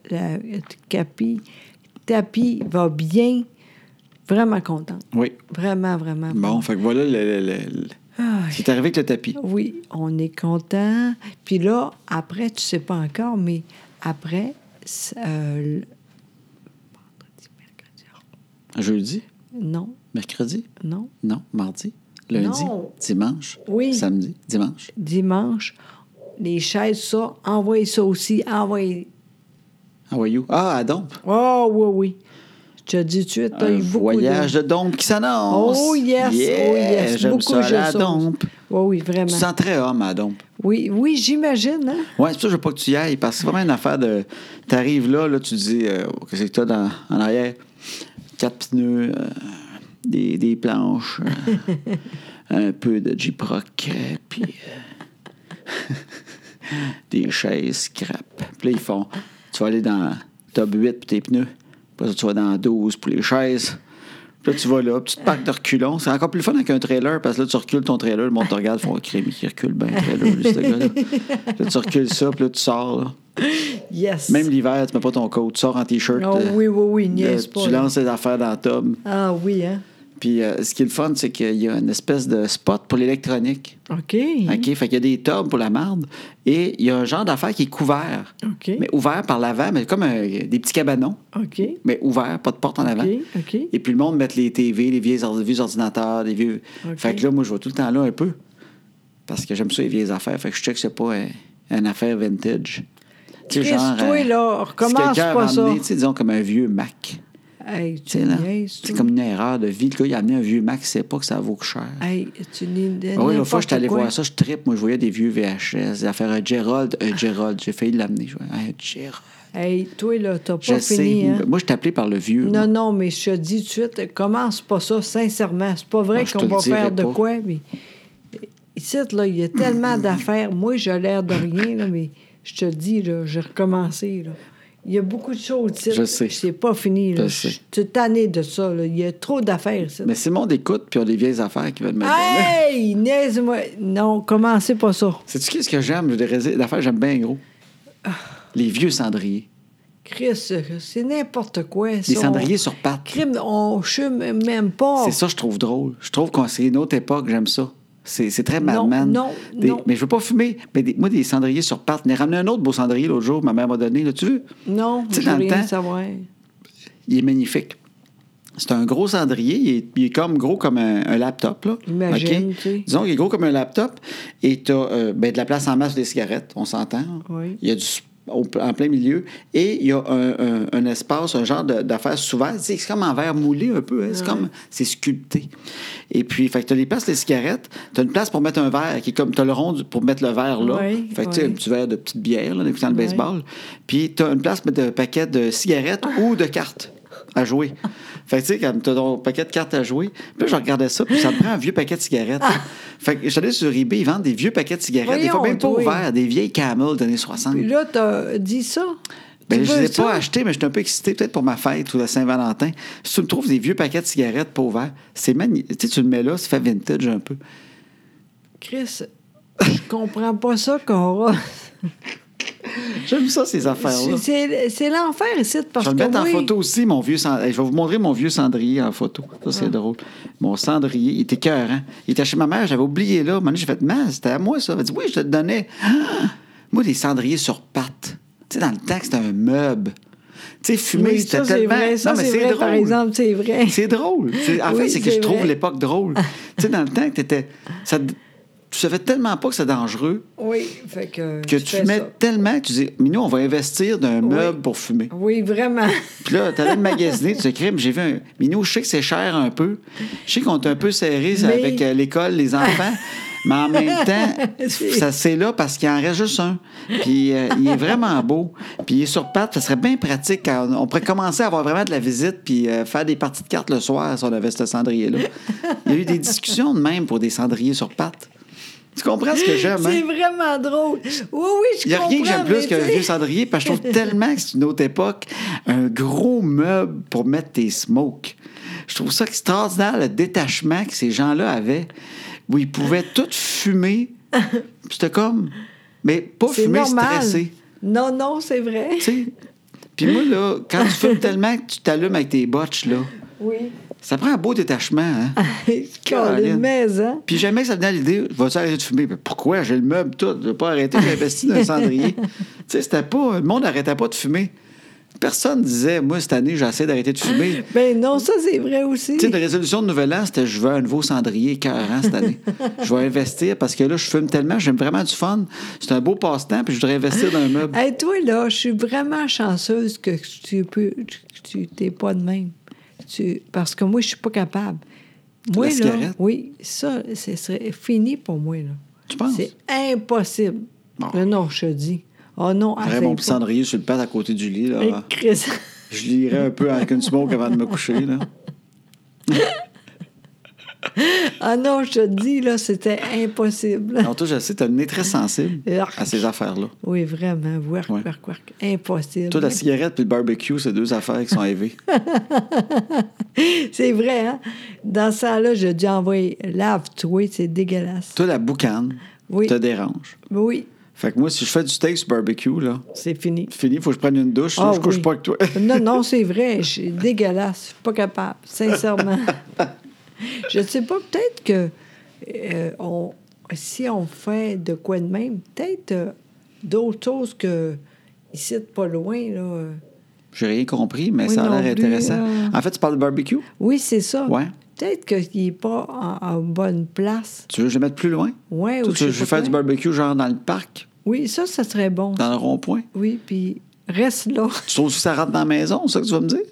tapis va bien. Vraiment contente. Oui. Vraiment. Bon, fait que voilà Ah, c'est arrivé avec le tapis. oui, on est content. Puis là, après, tu sais pas encore, mais après, vendredi, mercredi. Jeudi, Non. mercredi, Non. non, mardi, lundi, Non. dimanche, Oui. samedi, dimanche. Dimanche, les chaises, ça, envoyez ça aussi, envoyez. Envoyez-vous. Ah, à Dompe. Oh, oui. Je te dis tout de suite, t'as Un eu beaucoup voyage de Dompe qui s'annonce. Oh, yes, Yeah, oh, yes. J'aime Beaucoup, ça aller à j'aime ça. Dompe. Oui, Tu vraiment. te sens très homme à Dompe. Oui, j'imagine, hein? Oui, c'est pour ça que je veux pas que tu y ailles, parce que c'est vraiment une affaire de... T'arrives là, tu dis, qu'est-ce que t'as en arrière? 4 pneus, des planches, un peu de J-Proc, puis des chaises scrap. Puis là, ils font, tu vas aller dans top 8 pour tes pneus, puis là, tu vas dans 12 pour les chaises. Puis là, tu vas là, puis tu te parques de reculons. C'est encore plus fun avec un trailer, parce que là, tu recules ton trailer, le monde te regarde, font crème, qui recule bien le trailer, lui, ce gars-là. Puis là, tu recules ça, puis là, tu sors, là. Yes. Même l'hiver, tu mets pas ton coat, tu sors en T-shirt. Oh, oui, niaise pas. Tu là. lances tes affaires dans la tub. Ah oui, hein? Puis ce qui est le fun, c'est qu'il y a une espèce de spot pour l'électronique. OK. OK? Fait qu'il y a des tubs pour la marde. Et il y a un genre d'affaire qui est couvert. OK. Mais ouvert par l'avant, mais comme des petits cabanons. OK. Mais ouvert, pas de porte en avant. OK. Et puis le monde met les TV, les vieux ordinateurs, les vieux. OK. Fait que là, moi, je vais tout le temps là un peu. Parce que j'aime ça, les vieilles affaires. Fait que je check que c'est pas une affaire vintage. Tu sais, Chris, toi, là, si recommence quelqu'un a pas ça. ramené, tu sais, disons comme un vieux Mac. Hey, Tu tu sais, là, niaises, c'est toi. comme une erreur de vie. Le gars, il a amené un vieux Mac, il sait pas que ça vaut que cher. Hey, tu n'es Ah oui, l'autre fois, j'étais allé voir ça, je trippe. Moi, je voyais des vieux VHS, des affaires à Gerald. J'ai failli l'amener. Je voyais, hey, Gerald. Hey, toi, là, t'as Je pas sais. fini, hein? Moi, je t'ai appelé par le vieux. moi. Non, mais je te dis tout de suite, commence pas ça, sincèrement. C'est pas vrai Non, je qu'on te le va dirai faire de pas. quoi, mais... Ici, là, il y a tellement d'affaires. Moi, j'ai l'air de rien, là, mais je te dis, là, j'ai recommencé, là. Il y a beaucoup de choses ici. Je sais. C'est pas fini, là. Je sais. Je suis tannée de ça, là. Il y a trop d'affaires ici. Mais si le monde écoute, puis on a des vieilles affaires qui veulent me donner. Hey! Niaise-moi! Non, commencez pas ça. Sais-tu qu'est-ce que j'aime? L'affaire, j'aime bien gros. Les vieux cendriers. Chris, c'est n'importe quoi. Les cendriers sur pattes. Crime, on chume même pas. C'est ça, je trouve drôle. Je trouve que c'est une autre époque, j'aime ça. C'est très Mad Non, Men. non. Mais je veux pas fumer. Mais moi, des cendriers sur pattes. J'en ai ramené un autre beau cendrier l'autre jour, ma mère m'a donné. Là, tu veux? Non, Tu sais, je dans veux le rien temps- savoir. Il est magnifique. C'est un gros cendrier. Il est comme gros comme un laptop. Là. Imagine, OK? tu sais. Disons qu'il est gros comme un laptop. Et tu as de la place en masse pour des cigarettes, on s'entend. Oui. Il y a du en plein milieu, et il y a un espace, un genre d'affaires souvent, c'est comme en verre moulé un peu, hein, c'est sculpté. Et puis, fait que tu as les places des cigarettes, tu as une place pour mettre un verre, qui est comme, tu as le rond pour mettre le verre là, fait que tu sais, un petit verre de petite bière, là, en écoutant le baseball, puis tu as une place pour mettre un paquet de cigarettes ou de cartes à jouer. Fait que tu sais, quand t'as ton paquet de cartes à jouer, puis là, je regardais ça, puis ça me prend un vieux paquet de cigarettes. Fait que j'allais sur eBay, ils vendent des vieux paquets de cigarettes, des fois même pas ouverts, des vieilles Camel des années 60. Puis là, t'as dit ça? Ben, je ne les ai pas achetés, mais je suis un peu excité, peut-être pour ma fête ou la Saint-Valentin. Si tu me trouves des vieux paquets de cigarettes pas ouverts, c'est magnifique. Tu sais, tu le mets là, ça fait vintage un peu. Chris, je comprends pas ça, Cora. J'aime ça, ces affaires-là. C'est l'enfer ici, parce que je vais le mettre en photo aussi, mon vieux cendrier. Je vais vous montrer mon vieux cendrier en photo. Ça, c'est drôle. Mon cendrier, il était écœurant. Il était chez ma mère, j'avais oublié là. Maintenant, j'ai fait, c'était à moi, ça. Elle m'a dit, oui, je te le donnais. Moi, les cendriers sur pattes. Tu sais, dans le temps, c'était un meuble. Tu sais, fumer, oui, c'était ça, tellement... Vrai. Ça, c'est vrai, par exemple, c'est vrai. C'est drôle. En fait, c'est que je trouve l'époque drôle. Tu sais, dans le temps, tu savais tellement pas que c'est dangereux. Oui, fait que tu mets tellement que tu dis, mais nous, on va investir d'un meuble pour fumer. Oui, vraiment. Puis là, tu allais le magasiner, tu te crées, j'ai vu un. Mais nous, je sais que c'est cher un peu. Je sais qu'on est un peu serré avec l'école, les enfants. Mais en même temps, c'est là parce qu'il en reste juste un. Puis il est vraiment beau. Puis il est sur pattes. Ça serait bien pratique quand on pourrait commencer à avoir vraiment de la visite puis faire des parties de cartes le soir si on avait ce cendrier-là. Il y a eu des discussions de même pour des cendriers sur pattes. Tu comprends ce que j'aime, hein? C'est vraiment drôle. Oui, je comprends. Il n'y a rien que j'aime plus qu'un vieux cendrier, parce que je trouve tellement que c'est une autre époque, un gros meuble pour mettre tes smokes. Je trouve ça extraordinaire, le détachement que ces gens-là avaient, où ils pouvaient tout fumer. C'était comme... Mais pas fumer stressé. Non, c'est vrai. Tu sais? Puis moi, là, quand tu fumes tellement que tu t'allumes avec tes botches, là... Oui. Ça prend un beau détachement, hein? Hein? Puis jamais que ça venait à l'idée, vas-tu arrêter de fumer? Mais pourquoi? J'ai le meuble tout. Je ne vais pas arrêter d'investir dans un cendrier. Tu sais, c'était pas... Le monde n'arrêtait pas de fumer. Personne disait, moi, cette année, j'ai essayé d'arrêter de fumer. Ben non, ça, c'est vrai aussi. Tu sais, la résolution de Nouvel An, c'était, je veux un nouveau cendrier écœurant cette année. Je vais investir parce que là, je fume tellement, j'aime vraiment du fun. C'est un beau passe-temps, puis je voudrais investir dans un meuble. Hey, toi, là, je suis vraiment chanceuse que tu t'es pas de même. Parce que moi, je suis pas capable. Moi, la cigarette? Oui, ça, ce serait fini pour moi, là. Tu penses? C'est impossible. Bon. Non, je te dis. Oh non, j'aurais mon petit cendrier sur le pad à côté du lit, là. Je lirais un peu avec une smoke avant de me coucher, là. Ah non, je te dis, là, c'était impossible. Non, toi, je sais, t'as le nez très sensible à ces affaires-là. Oui, vraiment. Work. Impossible. Toi, la cigarette puis le barbecue, c'est deux affaires qui sont élevées. C'est vrai, hein? Dans ça, là, j'ai dû envoyer lave-toi, c'est dégueulasse. Toi, la boucane te dérange. Oui. Fait que moi, si je fais du steak sur barbecue, là... C'est fini. Fini, il faut que je prenne une douche, sinon je couche pas avec toi. Non, c'est vrai. Je suis dégueulasse. Je suis pas capable, sincèrement. Je sais pas, peut-être que si on fait de quoi de même, peut-être d'autres choses que ici, pas loin, là... J'ai rien compris, mais ça a l'air intéressant. En fait, tu parles de barbecue? Oui, c'est ça. Ouais. Peut-être qu'il n'est pas en bonne place. Tu veux que je le mette plus loin? Oui. Tu veux faire du barbecue genre dans le parc? Oui, ça serait bon. Dans le rond-point? Oui, puis reste là. Tu trouves que ça rentre dans la maison, c'est ça que tu vas me dire?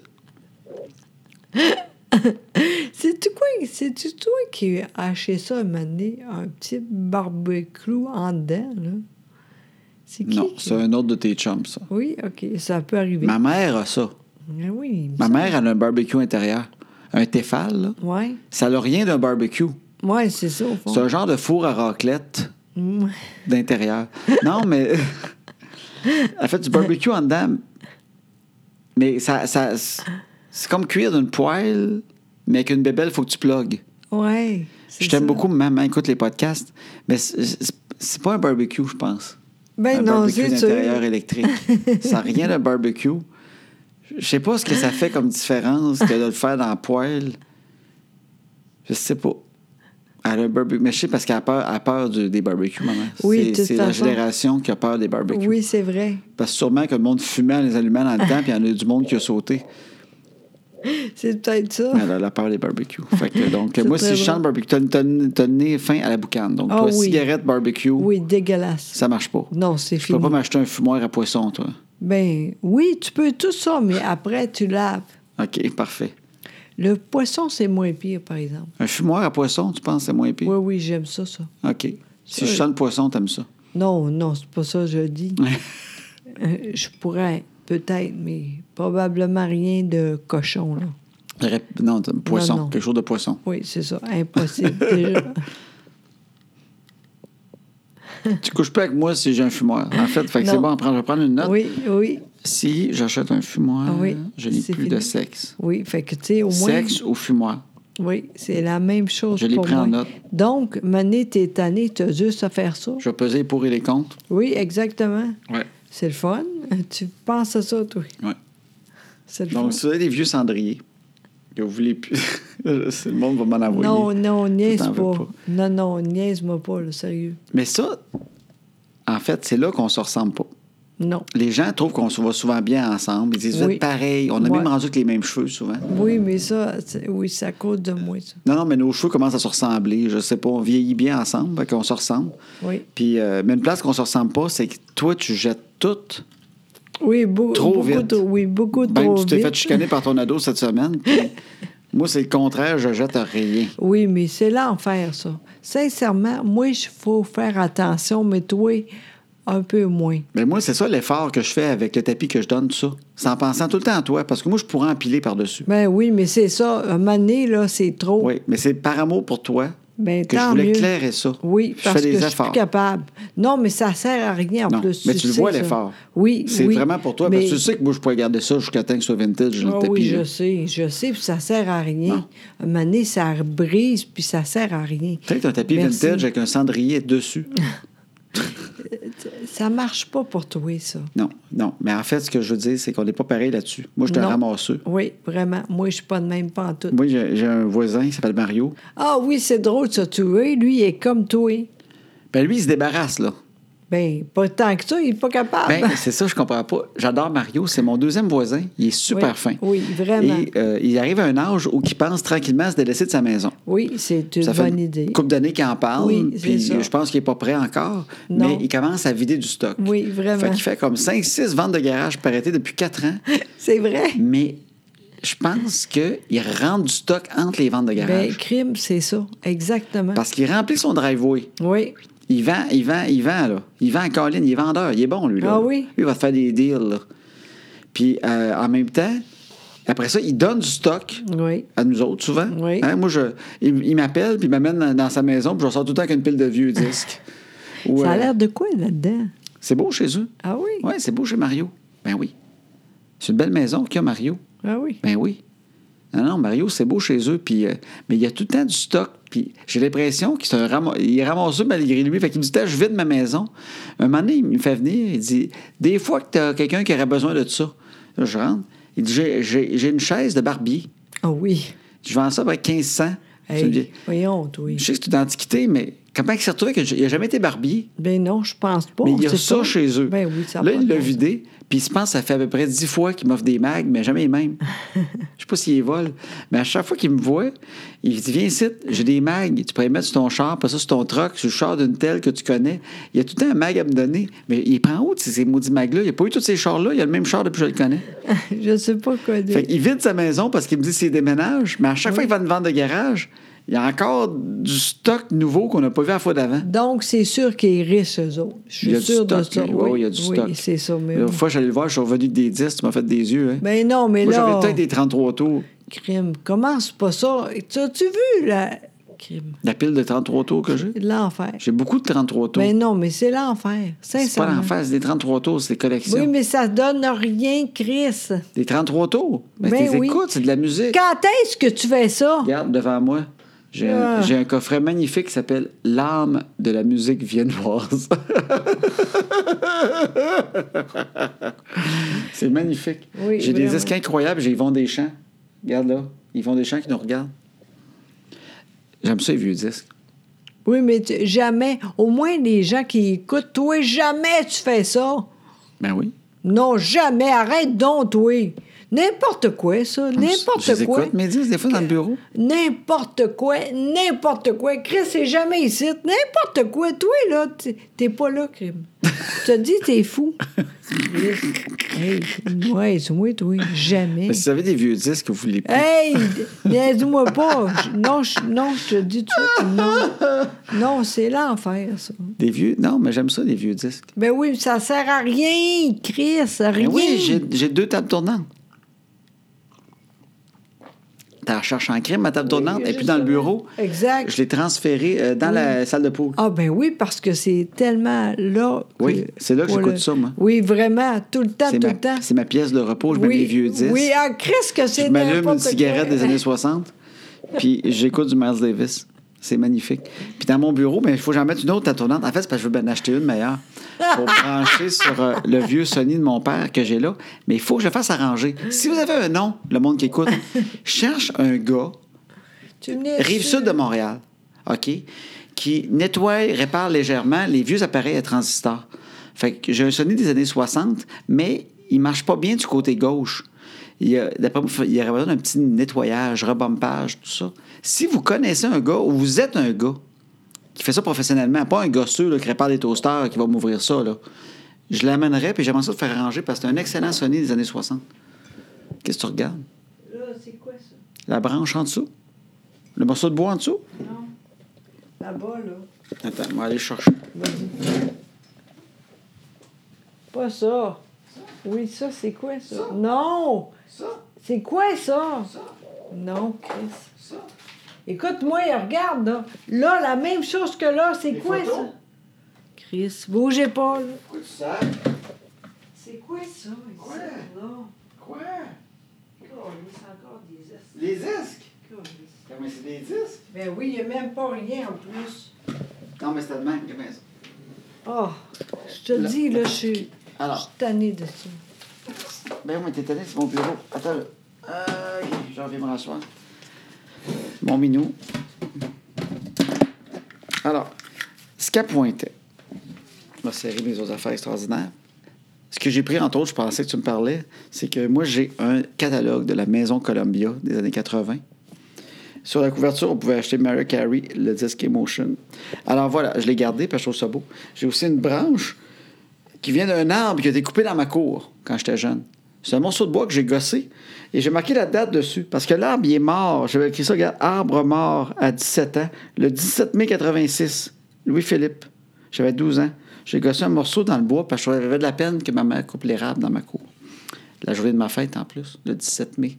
C'est-tu toi qui as acheté ça un moment donné, un petit barbecue en dedans, là? C'est qui? Non, c'est un autre de tes chums, ça. Oui, OK, ça peut arriver. Ma mère a ça. Oui. Ma mère, elle a un barbecue intérieur. Un Tefal, là. Oui. Ça n'a rien d'un barbecue. Oui, c'est ça, au fond. C'est un genre de four à raclette d'intérieur. Non, mais... elle fait du barbecue en dedans. Mais ça c'est comme cuire d'une poêle, mais avec une bébelle, il faut que tu plugues. Oui. Je t'aime beaucoup, maman écoute les podcasts, mais c'est pas un barbecue, je pense. Ben non, c'est sûr. Un barbecue d'intérieur électrique. Ça n'a rien de barbecue. Je sais pas ce que ça fait comme différence que de le faire dans la poêle. Je sais pas. Elle a un barbecue. Mais je sais parce qu'elle a peur des barbecues, maman. Oui, c'est la génération qui a peur des barbecues. Oui, c'est vrai. Parce que sûrement que le monde fumait en les allumant dans le temps, puis il y en a du monde qui a sauté. C'est peut-être ça. Elle a la peur des barbecues. Fait que, donc, C'est moi, très si je chante bon. barbecue, t'as le nez fin à la boucane. Donc, Ah toi, oui. cigarette, barbecue, Oui, dégueulasse. ça marche pas. Non, c'est Tu peux fini. pas m'acheter un fumoir à poisson, toi. Ben oui, tu peux tout ça, mais après, tu laves. OK, parfait. Le poisson, c'est moins pire, par exemple. Un fumoir à poisson, tu penses que c'est moins pire? Oui, oui, j'aime ça. OK. Si Ça, je chante poisson, t'aimes ça? Non, non, c'est pas ça que je dis. Je pourrais, peut-être, mais probablement rien de cochon, là. Non, poisson. Non. Quelque chose de poisson. Oui, c'est ça. Impossible. Déjà. Tu couches pas avec moi si j'ai un fumoir. En fait, fait que Non. c'est bon, je vais prendre une note. Oui, oui, Si j'achète un fumoir, Ah oui, je n'ai c'est plus fini. de sexe. oui. Fait que, tu sais, au moins... Sexe ou fumoir? Oui, c'est la même chose Je l'ai pour pris moi. en note. Donc, Mané, t'es tanné, t'as juste à faire ça. Je vais peser pour et les comptes. Oui, exactement. Ouais. C'est le fun. Tu penses à ça, toi. Ouais. C'est le Donc, fun. si vous avez des vieux cendriers que vous voulez plus, le monde va m'en envoyer. Non, non, niaise t'en veux pas. Non, non, niaise-moi pas, là, sérieux. Mais ça, en fait, c'est là qu'on se ressemble pas. Non. Les gens trouvent qu'on se voit souvent bien ensemble. Ils disent, vous Oui. êtes pareils. On a Ouais. même rendu avec les mêmes cheveux, souvent. Oui, mais ça, oui, c'est à cause de moi, ça. Non, mais nos cheveux commencent à se ressembler. Je sais pas, on vieillit bien ensemble, fait qu'on se ressemble. Oui. Puis, mais une place qu'on se ressemble pas, c'est que toi, tu jettes tout. Oui, Trop beaucoup vite. trop, oui, beaucoup Même trop tu t'es vite. fait chicaner par ton ado cette semaine. Puis moi, c'est le contraire, je jette rien. Oui, mais c'est l'enfer, ça. Sincèrement, moi, il faut faire attention, mais toi, un peu moins. Mais moi, c'est ça l'effort que je fais avec le tapis que je donne, tout ça. C'est en pensant tout le temps à toi, parce que moi, je pourrais empiler par-dessus. Ben oui, mais c'est ça. Un moment donné, là, c'est trop. Oui, mais c'est par amour pour toi Ben, que je tant voulais mieux. éclairer ça. Oui, je parce fais que des je suis efforts. plus capable. Non, mais ça sert à rien en Non, plus. mais tu le sais vois, ça. l'effort. Oui, C'est oui. vraiment pour toi, mais... parce que tu sais que moi, je pourrais garder ça jusqu'à temps que ce soit vintage, le Ah tapis. oui, là. je sais, puis ça sert à rien. Non. Un moment donné, ça brise, puis ça sert à rien. Peut-être un tapis Merci. vintage avec un cendrier dessus. Ça marche pas pour toi, ça. Non, non. Mais en fait, ce que je veux dire, c'est qu'on n'est pas pareil là-dessus. Moi, je suis un Non. ramasseux. Oui, vraiment. Moi, je suis pas de même pantoute. Moi, j'ai un voisin qui s'appelle Mario. Ah oui, c'est drôle, ça, tu vois. Lui, il est comme toi. Ben lui, il se débarrasse, là. Ben, pas tant que ça, il est pas capable. Ben, c'est ça, je comprends pas. J'adore Mario, c'est mon deuxième voisin. Il est super Oui, fin. oui, vraiment. Et il arrive à un âge où il pense tranquillement à se délaisser de sa maison. Oui, c'est une Ça fait bonne idée. une couple d'années qu'il en parle, Oui, c'est puis ça. je pense qu'il n'est pas prêt encore, Non. mais il commence à vider du stock. Oui, vraiment. Fait qu'il fait comme 5-6 ventes de garage par été depuis 4 ans, C'est vrai. mais je pense qu'il rentre du stock entre les ventes de Ben, garage. crime, c'est ça. Exactement. Parce qu'il remplit son driveway. Oui. Il vend, là. Il vend en colline, il est vendeur. Il est bon, lui, là. Ah oui? Lui, il va te faire des deals, là. Puis, en même temps, après ça, il donne du stock Oui. à nous autres, souvent. Oui. Hein, moi, il m'appelle, puis il m'amène dans sa maison, puis je ressors tout le temps avec une pile de vieux disques. Ou, Ça a l'air de quoi là-dedans? c'est beau chez eux. Ah oui? Oui, c'est beau chez Mario. Ben oui. C'est une belle maison qu'il y a, Mario. Ah oui. Ben oui. Non, Mario, c'est beau chez eux, puis... mais il y a tout le temps du stock, puis j'ai l'impression qu'il il est ramasseux malgré lui. Fait qu'il me dit, je vide ma maison. Un moment donné, il me fait venir, il dit, des fois que tu as quelqu'un qui aurait besoin de ça. Là, je rentre. Il dit, j'ai une chaise de barbier. Ah oui. Je vends ça avec 1500. Je me dis, Hey, voyons, oui. je sais que c'est une antiquité, mais comment il s'est retrouvé qu'il n'a jamais été barbier? Ben non, je pense pas. Mais il y a c'est ça pas. chez eux. Ben oui, ça a Là, pas il de l'a bon vidé, puis il se pense que ça fait à peu près 10 fois qu'il m'offre des mags, mais jamais les mêmes. Je sais pas s'il les vole. Mais à chaque fois qu'il me voit, il dit, viens ici, j'ai des mags, tu pourrais les mettre sur ton char, pas ça sur ton truck, sur le char d'une telle que tu connais. Il y a tout le temps un mag à me donner. Mais il prend où ces maudits mags-là? Il n'y a pas eu tous ces chars-là, il y a le même char depuis que je le connais. Je sais pas quoi dire. Fait qu'il vide sa maison parce qu'il me dit c'est déménage, mais à chaque fois qu'il va une vente de garage, il y a encore du stock nouveau qu'on n'a pas vu à la fois d'avant. Donc, c'est sûr qu'il est riche, eux autres. Je Il y a suis du sûre de stock, ça. lui. Oui, il y a du stock. Oui, c'est ça. Mais La bon. fois, j'allais le voir, je suis revenu avec des 10, tu m'as fait des yeux. Hein? Ben non, mais Moi, là... j'avais peut-être des 33 tours. Crime, commence pas ça. As-tu vu, la... Crime. La pile de 33 tours que j'ai. C'est de l'enfer. J'ai beaucoup de 33 tours. Ben non, mais c'est l'enfer. c'est pas Sincèrement. l'enfer, c'est des 33 tours, c'est des collections. Oui, mais ça donne rien, Chris. Des 33 tours? Ben, Ben t'es oui. écoutes, c'est de la musique. Quand est-ce que tu fais ça? Regarde devant moi. J'ai Ah. un coffret magnifique qui s'appelle L'âme de la musique viennoise. C'est magnifique. Oui, J'ai des vraiment. disques incroyables, j'ai Yvon Deschamps. Regarde là. Yvon Deschamps qui nous regarde. J'aime ça, les vieux disques. Oui, mais jamais. Au moins, les gens qui écoutent, toi, jamais tu fais ça. Ben oui. Non, jamais. Arrête donc, toi. N'importe quoi, ça. Je N'importe les quoi. écoute, mes disques, des fois, dans le bureau. N'importe quoi. Chris, c'est jamais ici. N'importe quoi. Toi, là, t'es pas là, Crime. Tu te dis, t'es fou. Chris. Hey, ouais, moi, toi, jamais. Mais si vous avez des vieux disques que vous voulez plus. Hey, dis-moi pas. Non, je te dis tout de suite, non. Non, c'est l'enfer, ça. Des vieux... Non, mais j'aime ça, des vieux disques. Ben oui, ça sert à rien, Chris, à rien. Ben oui, j'ai 2 tables tournantes. Tu la recherches en crime, ma table tournante, et puis dans le bureau, exact. je l'ai transférée dans la salle de pool. Ah ben oui, parce que c'est tellement là... Oui, c'est là que j'écoute ça, moi. Oui, vraiment, tout le temps, tout le temps. C'est ma pièce de repos, je mets mes vieux disques. Oui, ah, Chris, que c'est Je m'allume n'importe une cigarette quoi. des années 60, puis j'écoute du Miles Davis. C'est magnifique. Puis dans mon bureau, il faut que j'en mette une autre table tournante. En fait, c'est parce que je veux bien acheter une meilleure pour brancher sur le vieux Sony de mon père que j'ai là. Mais il faut que je le fasse arranger. Si vous avez un nom, le monde qui écoute, cherche un gars, Rive-Sud de Montréal, OK, qui nettoie, répare légèrement les vieux appareils à transistors. Fait que j'ai un Sony des années 60, mais il marche pas bien du côté gauche. D'après moi, il y aurait besoin d'un petit nettoyage, rebumpage, tout ça. Si vous connaissez un gars ou vous êtes un gars qui fait ça professionnellement, pas un gosseux là, qui répare des toasters qui va m'ouvrir ça, là, je l'amènerais puis j'aimerais ça le faire arranger parce que c'est un excellent Sony des années 60. Qu'est-ce que tu regardes? Là, c'est quoi ça? La branche en dessous? Le morceau de bois en dessous? Non. Là-bas, là. Attends, on va aller chercher. Vas-y. Pas ça. Oui, ça, c'est quoi ça? Non! Ça? C'est quoi ça? Ça? Non, Chris. Ça? Écoute-moi, regarde, là. Là, la même chose que là, c'est Les quoi photos? ça? Chris, bougez pas, là. Pourquoi tu sais? C'est quoi ça? Quoi? Là? Quoi? C'est encore des esques. Les disques? Mais c'est des disques? Ben oui, il n'y a même pas rien en plus. Non, mais c'était le même. Regarde ça. Oh, je te dis, là, je suis Alors, tannée de ça. ben oui, mais t'es tanné, c'est mon bureau. Attends, là. J'en viens me rasseoir. Mon minou. Alors, ce qu'elle pointait, je vais serrer mes autres affaires extraordinaires. Ce que j'ai pris, entre autres, je pensais que tu me parlais, c'est que moi, j'ai un catalogue de la Maison Columbia des années 80. Sur la couverture, on pouvait acheter Mariah Carey, le disque Emotion. Alors voilà, je l'ai gardé parce que je trouve ça beau. J'ai aussi une branche qui vient d'un arbre qui a été coupé dans ma cour quand j'étais jeune. C'est un morceau de bois que j'ai gossé et j'ai marqué la date dessus parce que l'arbre, il est mort. J'avais écrit ça, regarde, arbre mort à 17 ans, le 17 mai 86. Louis-Philippe. J'avais 12 ans. J'ai gossé un morceau dans le bois parce que j'avais de la peine que ma mère coupe l'érable dans ma cour. La journée de ma fête, en plus, le 17 mai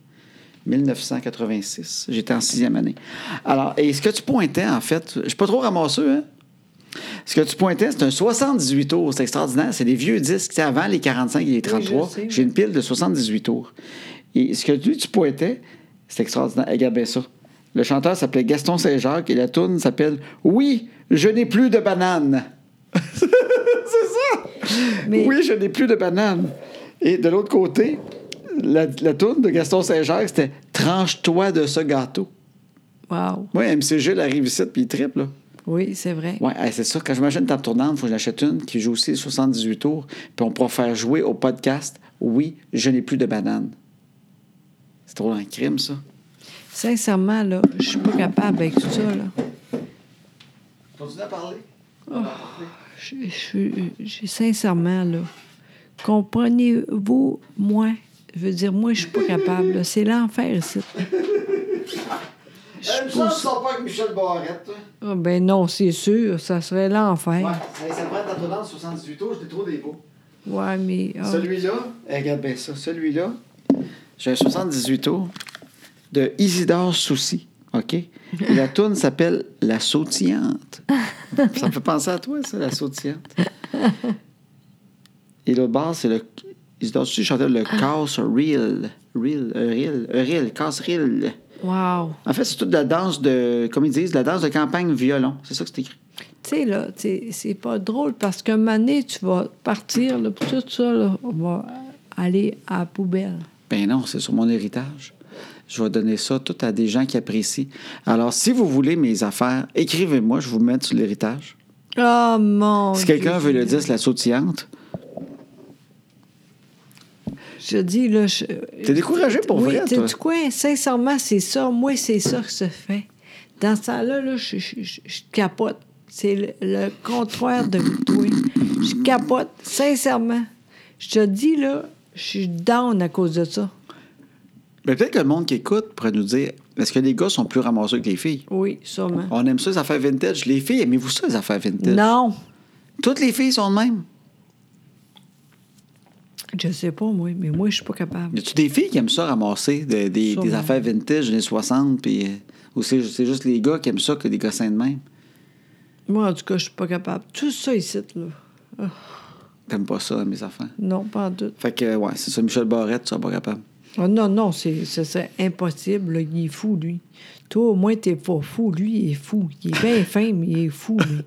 1986. J'étais en 6e année. Alors, et ce que tu pointais, en fait, je suis pas trop ramasseux, hein? Ce que tu pointais, c'est un 78 tours. C'est extraordinaire. C'est des vieux disques. C'est avant les 45 et les 33. Oui, je sais, j'ai une pile de 78 tours. Et ce que tu pointais, c'est extraordinaire. Regarde bien ça. Le chanteur s'appelait Gaston Saint-Jacques et la tourne s'appelle « Oui, je n'ai plus de banane ». C'est ça! Mais... Oui, je n'ai plus de banane. Et de l'autre côté, la tourne de Gaston Saint-Jacques, c'était « Tranche-toi de ce gâteau ». Wow. Oui, MCG arrive ici, puis il triple, là. Oui, c'est vrai. Oui, c'est ça. Quand je m'achète une table tournante, il faut que j'achète une qui joue aussi 78 tours, puis on pourra faire jouer au podcast « Oui, je n'ai plus de banane ». C'est trop un crime, ça. Sincèrement, là, je suis pas capable avec tout ça, là. Continue à parler. J'ai sincèrement, là, comprenez-vous, moi, je veux dire, moi, je suis pas capable, là. C'est l'enfer, ici. Une chance que tu sors pas avec Michel Barrette, toi. Ah, ben non, c'est sûr, ça serait l'enfer. Ouais, ça prend ta tournante 78 tours, je l'ai trop des beaux. Ouais, mais... ah. Celui-là, regarde bien ça, celui-là, j'ai un 78 tours de Isidore Soucy, OK? Et la tourne s'appelle « La sautillante ». Ça me fait penser à toi, ça, « La sautillante ». Et l'autre bord, c'est le... Isidore Soucy chantait le « Casse Reel ». Reel, Casse Reel. Wow. En fait, c'est toute la danse de... Comme ils disent, la danse de campagne violon. C'est ça que c'est écrit. Tu sais, là, c'est pas drôle parce qu'un moment donné, tu vas partir, là, puis tout ça, là, on va aller à la poubelle. Ben non, c'est sur mon héritage. Je vais donner ça tout à des gens qui apprécient. Alors, si vous voulez mes affaires, écrivez-moi, je vais vous mettre sur l'héritage. Oh, mon Si quelqu'un Dieu. veut le disque La Sautillante, Je te dis, là... T'es découragé pour vrai, toi? Tu quoi? Sincèrement, c'est ça. Moi, c'est ça que se fait. Dans ce temps-là, là, je capote. C'est le contraire de toi. Je capote, sincèrement. Je te dis, là, je suis down à cause de ça. Mais peut-être que le monde qui écoute pourrait nous dire, est-ce que les gars sont plus ramassés que les filles? Oui, sûrement. On aime ça, les affaires vintage. Les filles, aimez-vous ça, les affaires vintage? Non. Toutes les filles sont de même. Je sais pas, moi, mais moi, je suis pas capable. Y a-tu des filles qui aiment ça ramasser des affaires vintage des années 60, puis ou c'est juste les gars qui aiment ça que des gossins de même? Moi, en tout cas, je suis pas capable. Tout ça ici, là. Oh. T'aimes pas ça, mes affaires? Non, pas en tout. Fait que, ouais, c'est ça, Michel Barrette, tu seras pas capable. Oh, non, c'est impossible, là. Il est fou, lui. Toi, au moins, t'es pas fou. Lui, il est fou. Il est bien fin, mais il est fou, lui.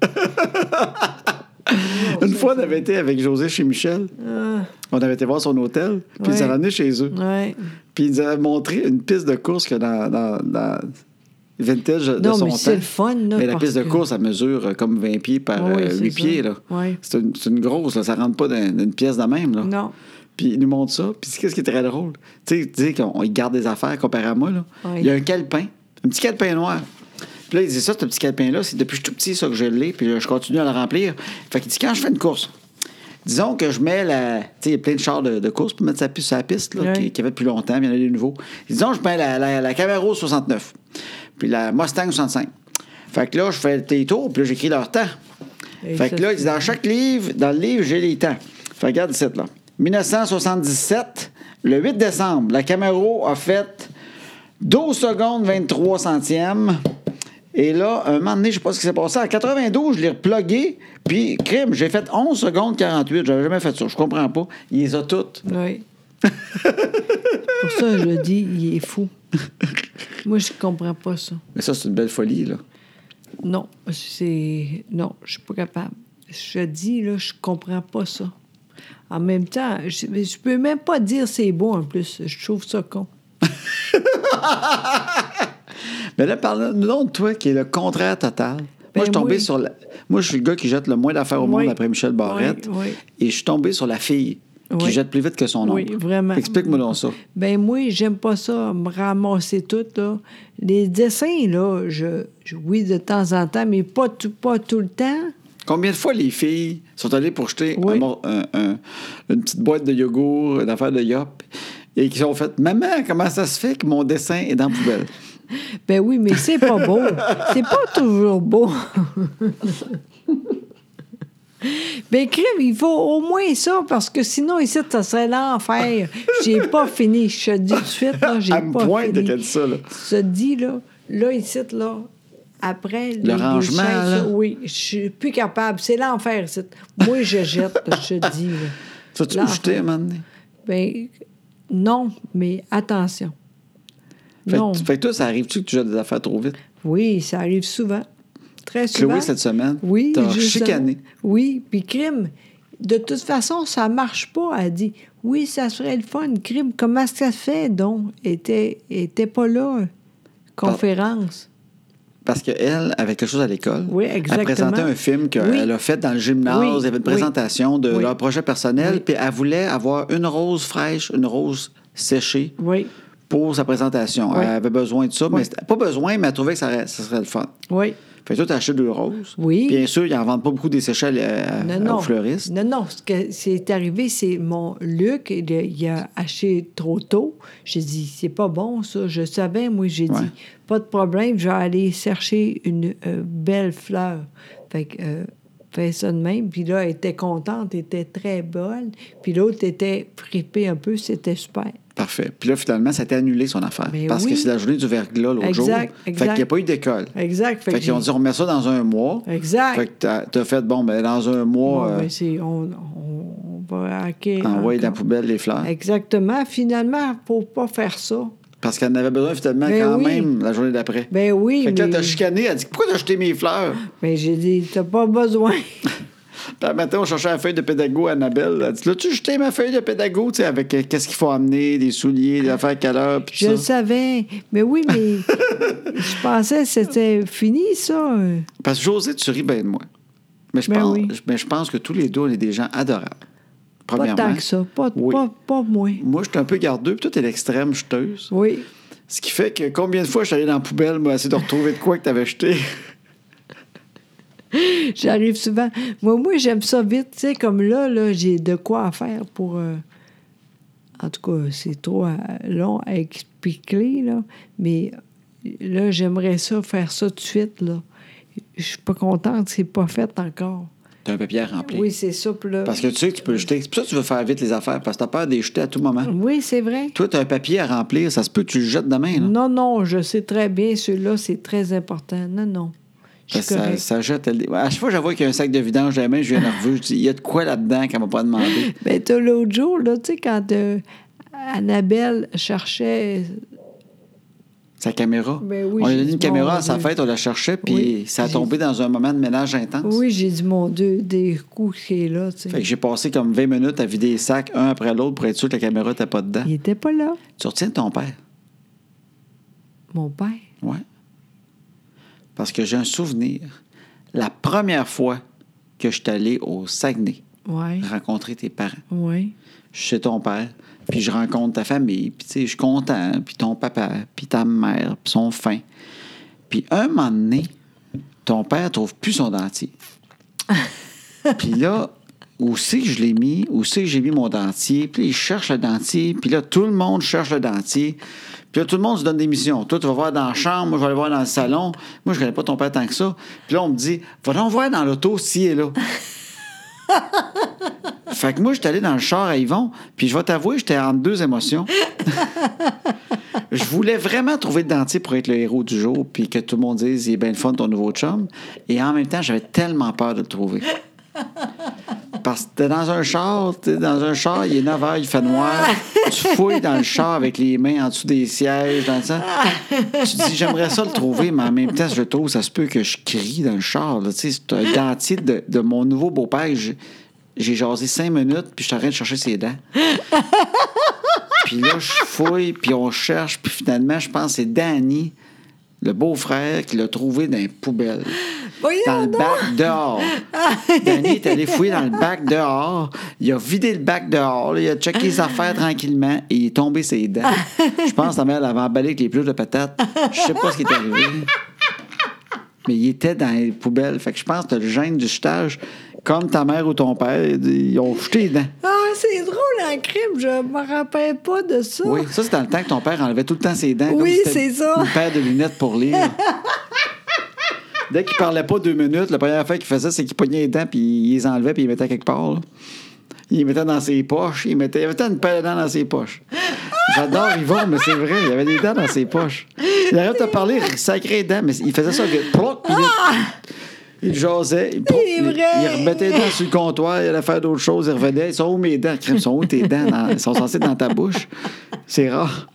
Une fois, on avait été avec José chez Michel. On avait été voir son hôtel, puis ils nous ont ramenés chez eux. Ouais. Puis ils nous avaient montré une piste de course que dans vintage de son temps. Non, mais c'est le fun, là. Mais la piste de course, elle mesure comme 20 pieds par 8 pieds, là. Oui. C'est une grosse, là. Ça rentre pas dans une pièce de même, là. Non. Puis ils nous montrent ça. Puis qu'est-ce qui est très drôle? Tu sais qu'on garde des affaires comparé à moi, là. Oui. Il y a un calepin, un petit calepin noir. Puis là, il dit ça, ce petit calepin-là, c'est depuis que je suis tout petit, ça, que je l'ai, puis je continue à le remplir. Fait qu'il dit, quand je fais une course, disons que je mets la... Tu sais, il y a plein de chars de course pour mettre sa piste sur la piste, là, qui avait depuis longtemps, puis il y en a des nouveaux. Disons, je mets la Camaro 69, puis la Mustang 65. Fait que là, je fais tes tours, puis là, j'écris leur temps. Fait que là, il dit, dans chaque livre, dans le livre, j'ai les temps. Fait que regarde ici, là. 1977, le 8 décembre, la Camaro a fait 12 secondes 23 centièmes. Et là, un moment donné, je ne sais pas ce qui s'est passé. En 92, je l'ai replugué, puis, crime, j'ai fait 11 secondes 48. J'avais jamais fait ça. Je comprends pas. Il les a toutes. Oui. Pour ça, je le dis, il est fou. Moi, je comprends pas ça. Mais ça, c'est une belle folie, là. Non, non, je suis pas capable. Je dis, là, je comprends pas ça. En même temps, je peux même pas dire c'est beau, en plus. Je trouve ça con. Mais là, parle-nous donc de toi, qui est le contraire total. Moi, je suis tombé sur Moi, je suis le gars qui jette le moins d'affaires au monde après Michel Barrette. Oui. Et je suis tombé sur la fille qui jette plus vite que son ombre. Oui, vraiment. Explique-moi donc ça. Ben moi, j'aime pas ça, me ramasser tout, là. Les dessins, là, oui, de temps en temps, mais pas tout le temps. Combien de fois les filles sont allées pour jeter une petite boîte de yogourt, une affaire de yop, et qui ont fait « Maman, comment ça se fait que mon dessin est dans la poubelle? » Ben oui, mais c'est pas beau. C'est pas toujours beau. Ben, crime, il faut au moins ça, parce que sinon, ici, ça serait l'enfer. J'ai pas fini. Je te dis tout de suite, là, j'ai pas pointe fini. de ça, là. Je te dis, là, ici, là, après... Le rangement, chaises, là. Oui, je suis plus capable. C'est l'enfer, ici. Moi, je jette, je te dis, là. Ça, tu peux jeter, à un moment donné? Ben, non, mais attention. Non. Fait que toi, ça arrive-tu que tu jettes des affaires trop vite? Oui, ça arrive souvent. Très souvent. Chloé, cette semaine, oui, t'as chicané. Oui, puis crime, de toute façon, ça marche pas. Elle dit, oui, ça serait le fun. Crime, comment ça fait, donc? était pas là, conférence. Parce qu'elle avait quelque chose à l'école. Oui, exactement. Elle présentait un film qu'elle a fait dans le gymnase. Oui, Il y avait une présentation de oui. leur projet personnel. Oui. Puis elle voulait avoir une rose fraîche, une rose séchée Oui. pour sa présentation. Oui. Elle avait besoin de ça. Oui. Mais pas besoin, mais elle trouvait que ça serait le fun. Oui. Fait que toi, t'as acheté 2 roses. Oui. Bien sûr, ils n'en vendent pas beaucoup des séchés aux fleuristes. Non. Ce qui c'est arrivé, c'est mon Luc, il a acheté trop tôt. J'ai dit, c'est pas bon, ça. Je savais, moi, j'ai dit, pas de problème, je vais aller chercher une belle fleur. Fait que, fait ça de même. Puis là, elle était contente, elle était très bonne. Puis l'autre était fripée un peu, c'était super. Parfait. Puis là, finalement, ça a été annulé, son affaire. Mais parce que c'est la journée du verglas l'autre jour. Fait qu'il n'y a pas eu d'école. Exact. Fait qu'ils ont dit, on remet ça dans un mois. Exact. Fait que t'as fait, bon, ben dans un mois... on va hacker... envoyer dans la poubelle les fleurs. Exactement. Finalement, il ne faut pas faire ça. Parce qu'elle en avait besoin, finalement, même, la journée d'après. Ben oui, fait que là, t'as chicané. Elle dit, pourquoi t'as jeté mes fleurs? Ben j'ai dit, t'as pas besoin. Puis le matin, on cherchait la feuille de pédago à Annabelle. Elle dit, l'as-tu jeté ma feuille de pédago, tu sais, avec qu'est-ce qu'il faut amener, des souliers, des affaires à quelle heure, puis Je le savais. Mais oui, mais je pensais que c'était fini, ça. Parce que José, tu ris bien de moi. Mais je pense que tous les deux, on est des gens adorables. Pas premièrement. tant que ça. Oui. Pas moins. Moi, je suis un peu gardeux, puis toi, t'es l'extrême jeteuse. Oui. Ce qui fait que combien de fois je suis allé dans la poubelle, moi, essayer de retrouver de quoi que t'avais jeté? J'arrive souvent. Moi, j'aime ça vite. Tu sais, comme là, j'ai de quoi à faire pour... En tout cas, c'est trop long à expliquer, là. Mais là, j'aimerais ça, faire ça tout de suite, là. Je suis pas contente, c'est pas fait encore. T'as un papier à remplir. Oui, c'est ça. Puis là... Parce que tu sais que tu peux le jeter. C'est pour ça que tu veux faire vite les affaires, parce que t'as peur de les jeter à tout moment. Oui, c'est vrai. Toi, t'as un papier à remplir, ça se peut que tu le jettes demain, là. Non, je sais très bien, celui-là, c'est très important. Non. Je suis correcte. Ça jette. À chaque fois que j'avoue qu'il y a un sac de vidange dans les mains, je viens nerveux. Je dis, il y a de quoi là-dedans qu'elle m'a pas demandé? Ben, t'as l'autre jour, là, tu sais, quand Annabelle cherchait... Sa caméra. Ben oui, On lui a j'ai donné une dit, caméra mon à sa Dieu. fête, on la cherchait, puis Oui, ça a j'ai tombé dans un moment de ménage intense. Oui, j'ai dit, mon Dieu, des coups qui est là, tu sais. Fait que j'ai passé comme 20 minutes à vider les sacs, un après l'autre, pour être sûr que la caméra n'était pas dedans. Il était pas là, Tu retiens de ton père? mon père. Oui. Parce que j'ai un souvenir. La première fois que je suis allé au Saguenay Oui, rencontrer tes parents, oui. je suis chez ton père, puis je rencontre ta famille, puis tu sais, je suis content, puis ton papa, puis ta mère, puis son fin. Puis un moment donné, ton père trouve plus son dentier. Puis là, où c'est que je l'ai mis? Où c'est que j'ai mis mon dentier? Puis là, il cherche le dentier, puis là, tout le monde cherche le dentier. Puis là, tout le monde se donne des missions. Toi, tu vas voir dans la chambre, moi, je vais aller voir dans le salon. Moi, je connais pas ton père tant que ça. Puis là, on me dit, va donc voir dans l'auto s'il est là. Fait que moi, j'étais allé dans le char à Yvon, puis je vais t'avouer, j'étais en deux émotions. Je voulais vraiment trouver le dentier pour être le héros du jour, puis que tout le monde dise, il est bien le fun, ton nouveau chum. Et en même temps, j'avais tellement peur de le trouver. Parce que t'es dans un char, il est 9 h, il fait noir. Tu fouilles dans le char avec les mains en dessous des sièges, dans ça. Tu te dis, j'aimerais ça le trouver, mais en même temps, je le trouve, ça se peut que je crie dans le char. Là. Tu sais, c'est un dentier de mon nouveau beau-père. J'ai jasé 5 minutes, puis je suis en train de chercher ses dents. Puis là, je fouille, puis on cherche, puis finalement, je pense que c'est Danny, le beau-frère, qui l'a trouvé dans les poubelles. Voyons Dans le donc! bac dehors. Danny est allé fouiller dans le bac dehors. Il a vidé le bac dehors. Là, il a checké les affaires tranquillement et il est tombé ses dents. Je pense que ta mère l'avait emballé avec les peluches de patates. Je sais pas ce qui est arrivé. Mais il était dans les poubelles. Fait que je pense que le gène du jetage, comme ta mère ou ton père, ils ont jeté les dents. Ah, c'est drôle en crime, je me rappelle pas de ça. Oui, ça, c'est dans le temps que ton père enlevait tout le temps ses dents. Oui, comme si c'était c'est ça. Une paire de lunettes pour lire. Dès qu'il parlait pas 2 minutes, la première affaire qu'il faisait, c'est qu'il pognait les dents, puis il les enlevait, puis il les mettait quelque part. Là. Il les mettait dans ses poches. Il mettait une paire de dents dans ses poches. J'adore Yvon, mais c'est vrai, il y avait des dents dans ses poches. Il arrête de parler, sacré dents, mais il faisait ça. Il jasait, il remettait les dents sur le comptoir, il allait faire d'autres choses, il revenait. Ils sont où mes dents? Crème, sont où tes dents? Ils sont censés être dans ta bouche. C'est rare.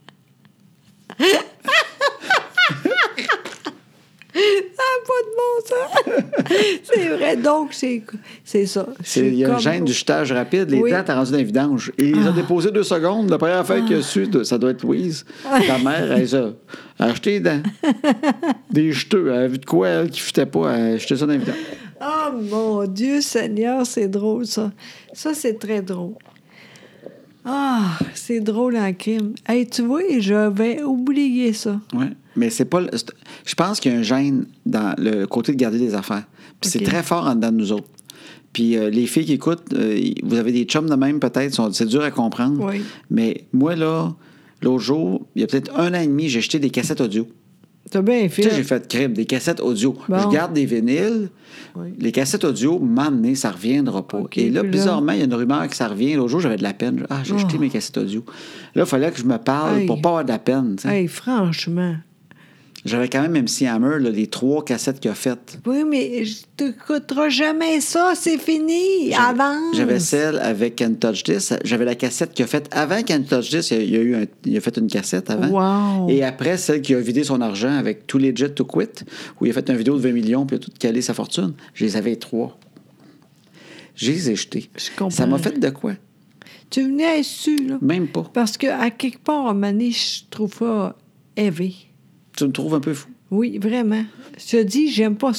Ça n'a pas de bon sens. C'est vrai, donc c'est ça. Il y a le gène du jetage rapide. Les dents, t'as rendu dans les vidanges. Et ils ont déposé 2 secondes. La première affaire qu'il a su, ça doit être Louise. Ta mère, elle a acheté les dents. Des jeteux. Elle a vu de quoi, elle, qui ne futait pas. Elle a jeté ça dans les vidanges. Oh mon Dieu Seigneur, c'est drôle ça. Ça, c'est très drôle. Ah, c'est drôle en crime. Hey, tu vois, j'avais oublié ça. Oui. Mais c'est pas. Je pense qu'il y a un gène dans le côté de garder des affaires. Puis c'est très fort en dedans de nous autres. Puis les filles qui écoutent, vous avez des chums de même peut-être, c'est dur à comprendre. Oui. Mais moi, là, l'autre jour, il y a peut-être 1 an et demi, j'ai acheté des cassettes audio. T'as bien fait. Tu sais, j'ai fait crime, des cassettes audio. Bon. Je garde des vinyles. Oui. Les cassettes audio, m'amener, ça ne reviendra pas. OK, Et là, puis là- bizarrement, il y a une rumeur que ça revient. L'autre jour, j'avais de la peine. Ah, j'ai acheté mes cassettes audio. Là, il fallait que je me parle Hey. pour pas avoir de la peine. Tu sais. Hey, franchement. J'avais quand même MC Hammer, là, les 3 cassettes qu'il a faites. Oui, mais je t'écouterai jamais ça, c'est fini. Avance. J'avais celle avec Can't Touch This. J'avais la cassette qu'il a faite avant Can't Touch This. Il a fait une cassette avant. Wow. Et après, celle qui a vidé son argent avec Too Legit to Quit, où il a fait une vidéo de 20 millions puis il a tout calé sa fortune. Je les avais 3. Je les ai jetés. Je comprends. Ça m'a fait de quoi? Tu venais su, là. Même pas. Parce qu'à quelque part, à un moment donné, je trouve ça élevé. Tu me trouves un peu fou. Oui, vraiment. Je te dis, j'aime pas ça.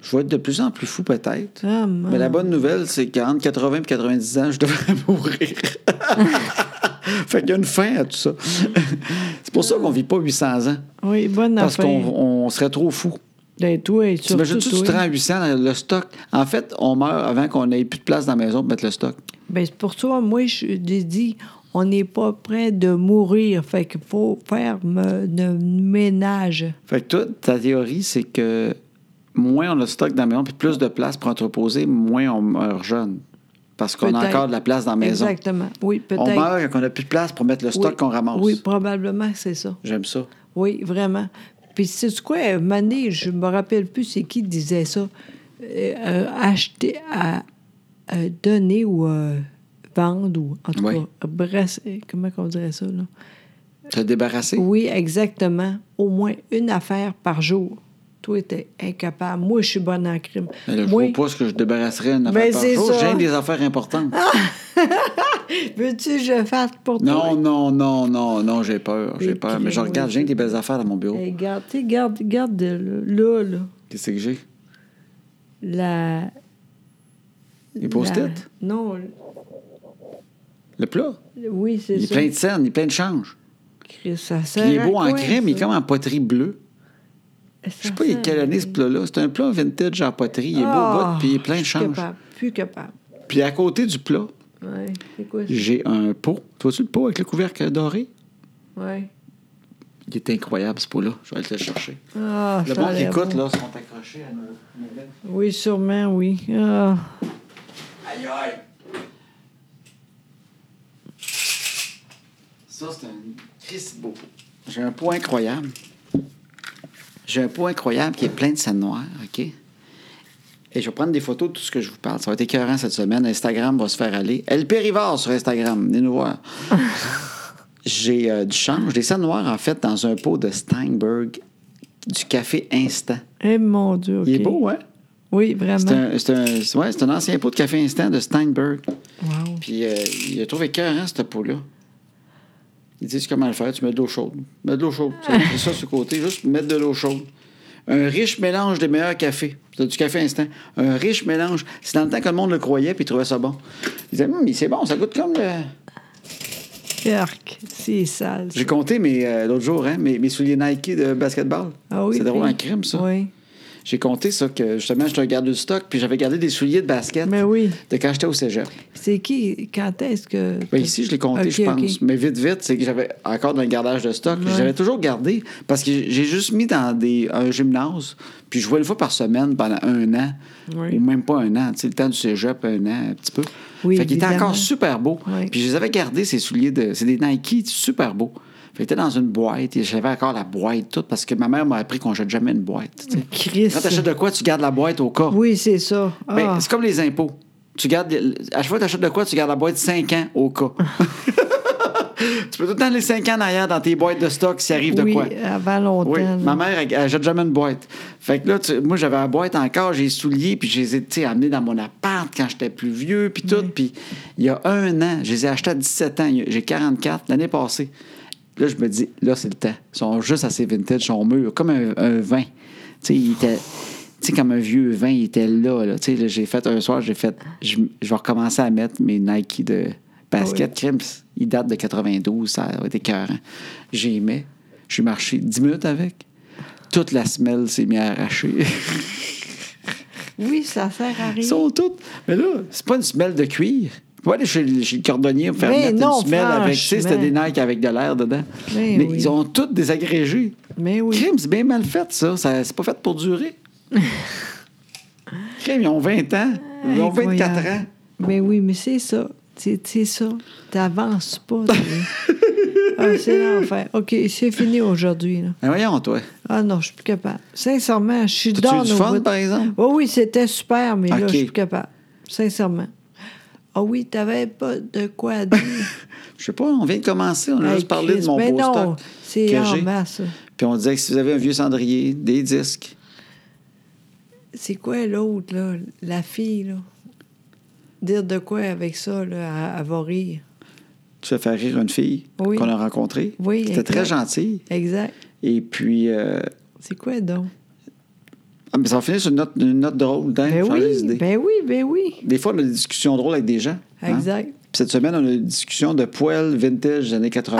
Je vais être de plus en plus fou, peut-être. Ah, Mais la bonne nouvelle, c'est qu'entre 80 et 90 ans, je devrais mourir. Fait qu'il y a une fin à tout ça. C'est pour ça qu'on vit pas 800 ans. Oui, bonne Parce affaire. qu'on serait trop fou. Ben, toi, et surtout, T'imagines-tu, tu te rends à 800, le stock? En fait, on meurt avant qu'on ait plus de place dans la maison pour mettre le stock. Ben, c'est pour ça, moi, je dis, on n'est pas prêt de mourir. Fait qu'il faut faire de ménage. Fait que toi, ta théorie, c'est que moins on a de stock dans la maison, puis plus de place pour entreposer, moins on meurt jeune. Parce qu'on a Peut-être. encore de la place dans la maison. Exactement. Oui, peut-être. On meurt quand on n'a plus de place pour mettre le stock Oui. qu'on ramasse. Oui, probablement, c'est ça. J'aime ça. Oui, vraiment. Puis, c'est quoi, Mané, je me rappelle plus c'est qui disait ça. Acheter, donner ou vendre, ou en tout Oui. cas, brasser. Comment on dirait ça, là? Te débarrasser? Oui, exactement. Au moins une affaire par jour. Toi, t'es incapable. Moi, je suis bonne en crime. Mais là, je Moi, vois pas ce que je débarrasserais une Ben, affaire par c'est jour. ça. J'ai des affaires importantes. veux-tu que je fasse pour toi? Non, j'ai peur. J'ai Des peur. Mais je crimes, regarde, oui. j'ai des belles affaires dans mon bureau. Hey, garde là. Qu'est-ce que j'ai? La... Les post-it? Non, Le plat? oui, c'est Il est ça. plein de scènes, il est plein de change. Chris, ça Puis sert il est à beau en quoi, crème, il est ça? comme en poterie bleue. Je sais pas, il est quelle année ce plat-là. C'est un plat vintage en poterie. Il est beau au bout, puis il est plein de change. Plus capable. Puis à côté du plat, Ouais, c'est quoi ça? j'ai un pot. Tu vois-tu le pot avec le couvercle doré? Ouais. Il est incroyable, ce pot-là. Je vais aller te le chercher. Ah, Le ça bon a qui l'air écoute, bon. là, sont accrochés à nos lettres. Oui, sûrement, oui. Ah. Aïe, aïe! Ça, c'est un Christ beau pot. J'ai un pot incroyable. J'ai un pot incroyable qui est plein de scènes noires, OK? Et je vais prendre des photos de tout ce que je vous parle. Ça va être écœurant cette semaine. Instagram va se faire aller. LP Rivard sur Instagram. Venez nous voir. J'ai du change, des scènes noires, en fait, dans un pot de Steinberg, du café instant. Eh, mon Dieu, OK. Il est beau, hein? Oui, vraiment. C'est un ancien pot de café instant de Steinberg. Wow. Puis il a trouvé écœurant, ce pot-là. Ils disent comment le faire. Tu mets de l'eau chaude. Mets de l'eau chaude. Tu mets ça sur le côté. Juste mettre de l'eau chaude. Un riche mélange des meilleurs cafés. C'est du café instant. Un riche mélange. C'est dans le temps que le monde le croyait puis il trouvait ça bon. Il disait, mais c'est bon, ça goûte comme le... Yark, c'est sale. ça. J'ai compté l'autre jour, hein, mes souliers Nike de basketball. Ah oui, c'est drôle puis- en crime, ça. Oui. J'ai compté ça, que justement, j'étais un gardeur du stock, puis j'avais gardé des souliers de basket Mais oui. de quand j'étais au cégep. C'est qui? Quand est-ce que... Ben, ici, je l'ai compté, OK, je pense. OK. Mais vite, c'est que j'avais encore dans le gardage de stock. Ouais. J'avais toujours gardé parce que j'ai juste mis dans un gymnase. Puis je jouais une fois par semaine pendant 1 an. Oui. Ou même pas 1 an. Tu sais, le temps du cégep, 1 an, un petit peu. Oui, Fait qu'il était évidemment. encore super beau. Oui. Puis je les avais gardés, ces souliers. C'est des Nike super beaux. Fait que j'étais dans une boîte et j'avais encore la boîte toute parce que ma mère m'a appris qu'on jette jamais une boîte. tu sais. Chris. Quand t'achètes de quoi, tu gardes la boîte au cas. Oui, c'est ça. Ben, Ah. c'est comme les impôts. À chaque fois que tu achètes de quoi, tu gardes la boîte 5 ans au cas. Tu peux tout le temps les 5 ans en arrière dans tes boîtes de stock s'il arrive de oui, quoi. avant longtemps. Oui, là. ma mère, elle jette jamais une boîte. Fait que là, moi, j'avais la boîte encore, j'ai souliers, puis je les ai, tu sais, amenés dans mon appart quand j'étais plus vieux, puis tout. Puis il y a 1 an, je les ai achetés à 17 ans. J'ai 44 l'année passée. Là, je me dis, là, c'est le temps. Ils sont juste assez vintage, ils sont mûrs, comme un vin. Tu sais, il était... Tu sais, comme un vieux vin, il était là. Tu sais, là, j'ai fait un soir, je vais recommencer à mettre mes Nike de basket. Crims, ils datent de 92, ça a été écœurant. J'ai mis, j'ai marché 10 minutes avec. Toute la semelle s'est mise à arracher. Oui, ça sert à rien. Ils sont toutes. Mais là, c'est pas une semelle de cuir. Tu peux aller chez le cordonnier pour faire Mais mettre non, une semelle avec. Tu sais, c'était des franchement. Nike avec de l'air dedans. Mais oui. Ils ont toutes désagrégé. Mais oui. Crime, c'est bien mal fait, ça. C'est pas fait pour durer. Crime, ils ont 20 ans. Ils ont 24 Incroyable. ans. Mais oui, mais c'est ça. C'est ça. T'avances pas. C'est l'enfer. OK, c'est fini aujourd'hui. Là. Mais voyons, toi. Ah non, je suis plus capable. Sincèrement, je suis T'as-tu dans eu du fun, par exemple? Oh oui, c'était super, mais là, OK. je suis plus capable. Sincèrement. Ah oui, t'avais pas de quoi dire. Je sais pas, on vient de commencer. On a Hey, juste parlé Chris, de mon mais beau non, stock c'est que en j'ai. masse. Puis on disait que si vous avez un vieux cendrier, des disques, C'est quoi l'autre, là? La fille, là? Dire de quoi avec ça, là? Elle va rire. tu fais faire rire une fille Oui. qu'on a rencontrée. Oui, C'était très exact. gentille. Exact. Et puis, C'est quoi donc? Ah, mais ça va finir sur une note drôle, hein? Ben Changer les oui, idées. ben oui. Des fois, on a des discussions drôles avec des gens. hein? Exact. Puis cette semaine, on a une discussion de poêle vintage des années 80.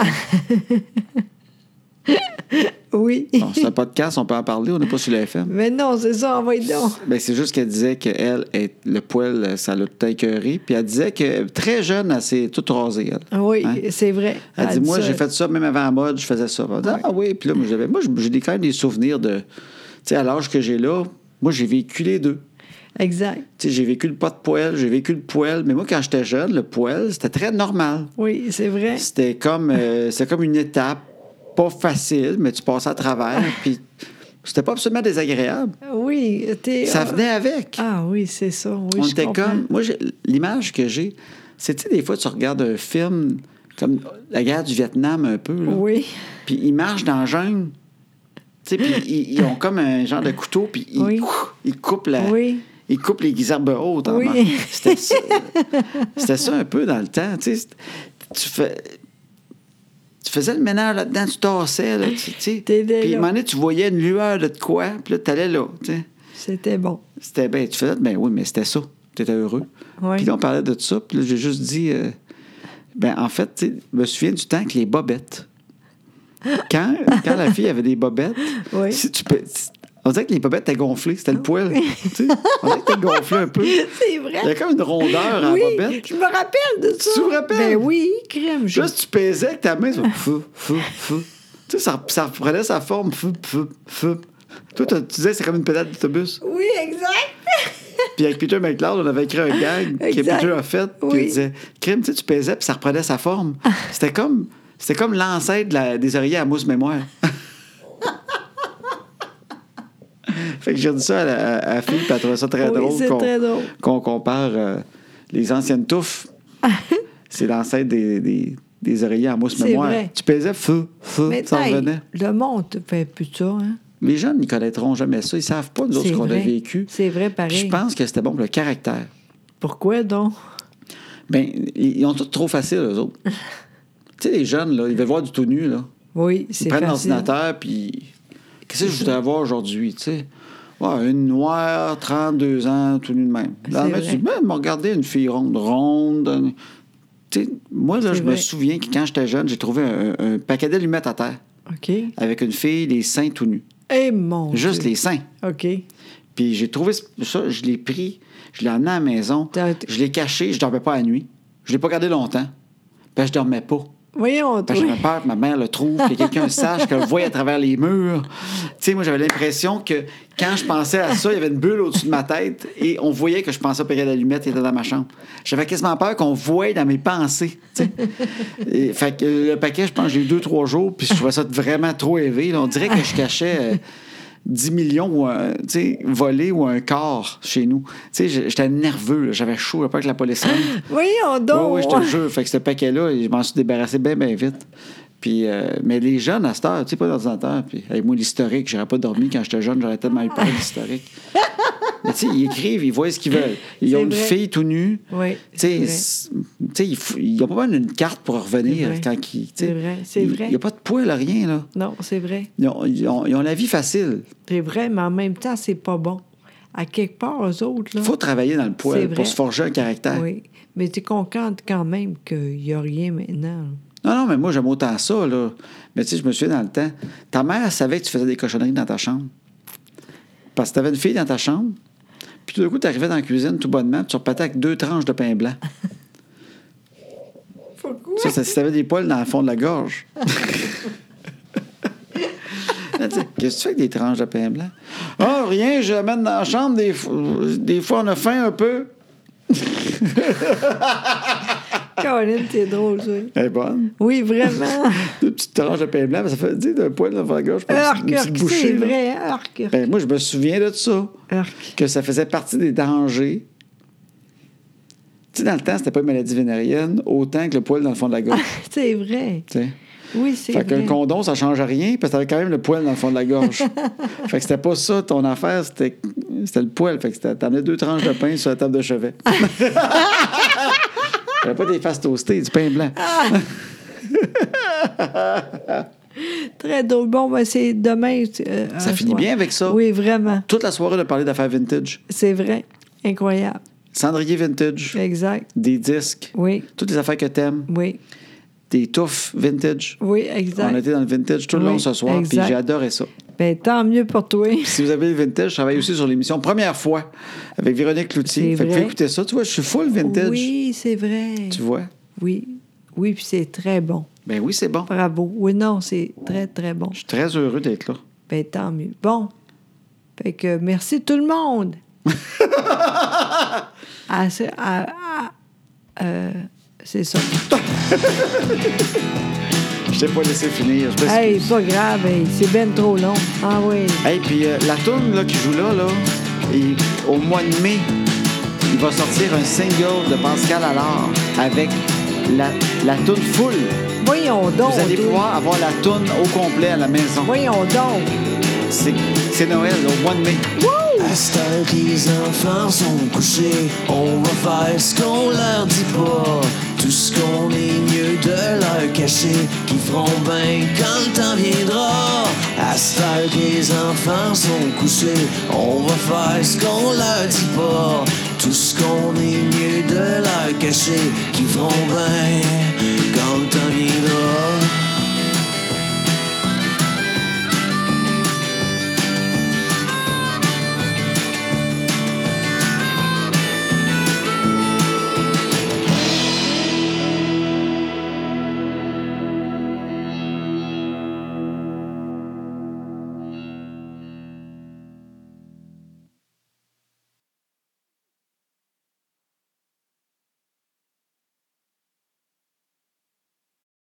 Oui. Bon, c'est un podcast, on peut en parler, on n'est pas sur le FM. Mais non, c'est ça, envoie donc. Ben, c'est juste qu'elle disait que le poêle, ça l'a tout écœuré. Puis elle disait que très jeune, elle s'est toute rasée, elle. Oui, Hein? c'est vrai. Elle dit, moi, ça. j'ai fait ça, même avant la mode, je faisais ça. Elle dit, ah oui, puis là, moi, j'ai quand même des souvenirs de... Tu sais, à l'âge que j'ai là, moi, j'ai vécu les deux. Exact. Tu sais, j'ai vécu le pas de poêle, j'ai vécu le poêle. Mais moi, quand j'étais jeune, le poêle, c'était très normal. Oui, c'est vrai. C'était comme une étape, pas facile, mais tu passais à travers, puis c'était pas absolument désagréable. Oui, Ça venait avec. Ah oui, c'est ça. Oui, On je était comprends. comme... Moi, l'image que j'ai, c'est, tu sais, des fois, tu regardes un film comme la guerre du Vietnam un peu, là, Oui. puis ils marchent dans la jungle, tu sais, puis ils ont comme un genre de couteau, puis Oui. ils coupent Oui. Ils coupent les herbes hautes en Oui. marche. C'était ça un peu dans le temps, tu sais. Tu faisais le ménage là-dedans, tu tassais, là, tu sais. T'étais Puis à un là. moment donné, tu voyais une lueur de quoi, puis là, t'allais là, tu sais. C'était bon. C'était bien. Tu faisais, ben oui, mais c'était ça. Tu étais heureux. Oui. Puis là, on parlait de ça, puis là, j'ai juste dit, en fait, tu sais, je me souviens du temps que les bobettes. Quand la fille avait des bobettes, Oui. si tu peux. On dirait que les bobettes étaient gonflées, c'était le poil. Tu sais, on dirait que t'es gonflé un peu. C'est vrai. Il y a comme une rondeur en Oui, bobette. je me rappelle de ça. Tu te rappelles? Ben oui, crème. Là, si tu pesais avec ta main, ça fou. Tu sais, ça reprenait sa forme. Fou. Toi, tu disais que c'est comme une pédale d'autobus. Oui, exact. Puis avec Peter McLeod, on avait écrit un gag que Exact. Peter a fait. Puis Oui. il disait, crime, tu sais, tu pesais, puis ça reprenait sa forme. C'était comme l'ancêtre des oreillers à mousse mémoire. Fait que j'ai dit ça à la fille, puis elle trouvait ça très Oui, drôle. c'est très drôle. Qu'on compare les anciennes touffes. C'est l'ancêtre des oreillers à mousse C'est mémoire. vrai. Tu pesais, feu, Mais ça revenait. le monde fait plus de ça, hein? Les jeunes, ils connaîtront jamais ça. Ils savent pas, nous autres, C'est ce qu'on a vrai. vécu. C'est vrai, Puis pareil. je pense que c'était bon pour le caractère. Pourquoi donc? Bien, ils ont tout trop facile, eux autres. Tu sais, les jeunes, là, ils veulent voir du tout nu, là. Oui, Ils c'est prennent facile. l'ordinateur, puis qu'est-ce que je voudrais voir aujourd'hui, tu sais? Ouais, une noire, 32 ans, tout nu de même. Là, C'est tu vrai. dis, ben, regardez une fille ronde. Tu sais, moi, là, C'est je me vrai. souviens que quand j'étais jeune, j'ai trouvé un paquet d'allumettes à terre OK. avec une fille, les seins tout nus. Eh mon Juste Dieu. les seins. OK. Puis j'ai trouvé ça, je l'ai pris, je l'ai emmené à la maison, je l'ai caché, je dormais pas la nuit. Je l'ai pas gardé longtemps. Puis je dormais pas. Voyons, Parce toi. que j'avais peur que ma mère le trouve, que quelqu'un sache, qu'elle le voie à travers les murs. Tu sais, moi, j'avais l'impression que quand je pensais à ça, il y avait une bulle au-dessus de ma tête et on voyait que je pensais au paquet d'allumettes qui était dans ma chambre. J'avais quasiment peur qu'on voie dans mes pensées. Tu sais. Et, fait que le paquet, je pense que j'ai eu 2-3 jours, puis je trouvais ça vraiment trop élevé. Là. On dirait que je cachais 10 millions tu sais, volés ou un quart chez nous. Tu sais, j'étais nerveux, là. J'avais chaud, j'avais peur que la police rentre. Voyons donc. Oui, je te le jure. Fait que ce paquet-là, je m'en suis débarrassé bien vite. Puis, mais les jeunes, à cette heure, tu sais, pas d'ordinateur. Puis, hey, moi, l'historique, j'aurais pas dormi quand j'étais jeune, j'aurais tellement eu peur de l'historique. Mais tu sais, ils écrivent, ils voient ce qu'ils veulent. Ils ont C'est une vrai. fille tout nue. Oui, Tu sais, c'est ils n'ont pas besoin d'une carte pour revenir C'est vrai. quand ils. tu sais, C'est vrai, c'est vrai. Il n'y a pas de poil, rien, là. Non, c'est vrai. Ils ont la vie facile. C'est vrai, mais en même temps, c'est pas bon. À quelque part, eux autres, là. Il faut travailler dans le C'est poil vrai. pour se forger un caractère. Oui. Mais tu es contente quand même qu'il n'y a rien maintenant. là. Non, mais moi, j'aime autant ça, là. Mais tu sais, je me souviens dans le temps, ta mère savait que tu faisais des cochonneries dans ta chambre. Parce que tu avais une fille dans ta chambre, puis tout d'un coup, tu arrivais dans la cuisine tout bonnement, puis tu repartais avec 2 tranches de pain blanc. Pourquoi? Ça, si tu avais des poils dans le fond de la gorge. Là, tu sais, qu'est-ce que tu fais avec des tranches de pain blanc? Ah, rien, je l'amène dans la chambre. Des fois, on a faim un peu. Caroline, t'es drôle, ça. Elle est bonne. Oui, vraiment. 2 petites tranches de pain blanc, mais ça fait dire d'un poil dans le fond de la gorge. Arc, une petite bouchée, c'est là. vrai, hein, arc. Ben, moi, je me souviens de ça. Arc. Que ça faisait partie des dangers. Tu sais, dans le temps, c'était pas une maladie vénérienne, autant que le poil dans le fond de la gorge. C'est vrai. Tu sais. Oui, c'est Fait vrai. qu'un condom, ça change rien, parce que t'avais quand même le poil dans le fond de la gorge. Fait que c'était pas ça, ton affaire, c'était le poil. Fait que t'amenais 2 tranches de pain sur la table de chevet. T'avais pas des faces toastées, du pain blanc. Très drôle. Bon, ben, c'est demain. Ça finit bien avec ça. Oui, vraiment. Toute la soirée, on a parlé d'affaires vintage. C'est vrai. Incroyable. Cendrier vintage. Exact. Des disques. Oui. Toutes les affaires que t'aimes. Oui. Des touffes vintage. Oui, exact. On a été dans le vintage tout le long Oui, ce soir, puis exact. j'ai adoré ça. Ben, tant mieux pour toi. Puis si vous avez le vintage, je travaille aussi sur l'émission Première fois avec Véronique Cloutier. C'est Fait que vous vrai. pouvez écouter ça. Tu vois, je suis full vintage. Oui, c'est vrai. Tu vois? Oui. Oui, puis c'est très bon. Ben oui, c'est bon. Bravo. Oui, non, c'est très, très bon. Je suis très heureux d'être là. Ben, tant mieux. Bon. Fait que merci tout le monde. C'est ça. Je t'ai pas laissé finir. Je Hey, m'excuse. pas grave, hey, c'est ben trop long. Ah oui. Hey, puis la toune là, qui joue là, au mois de mai, il va sortir un single de Pascal Allard avec la toune full. Voyons donc. Vous allez toi. pouvoir avoir la toune au complet à la maison. Voyons donc. C'est Noël, au mois de mai. À cette heure que les enfants sont couchés, on va faire ce qu'on leur dit pas. Tout ce qu'on est mieux de leur cacher, qui feront bien quand le temps viendra. À cette heure que les enfants sont couchés, on va faire ce qu'on leur dit pas. Tout ce qu'on est mieux de leur cacher, qui feront bien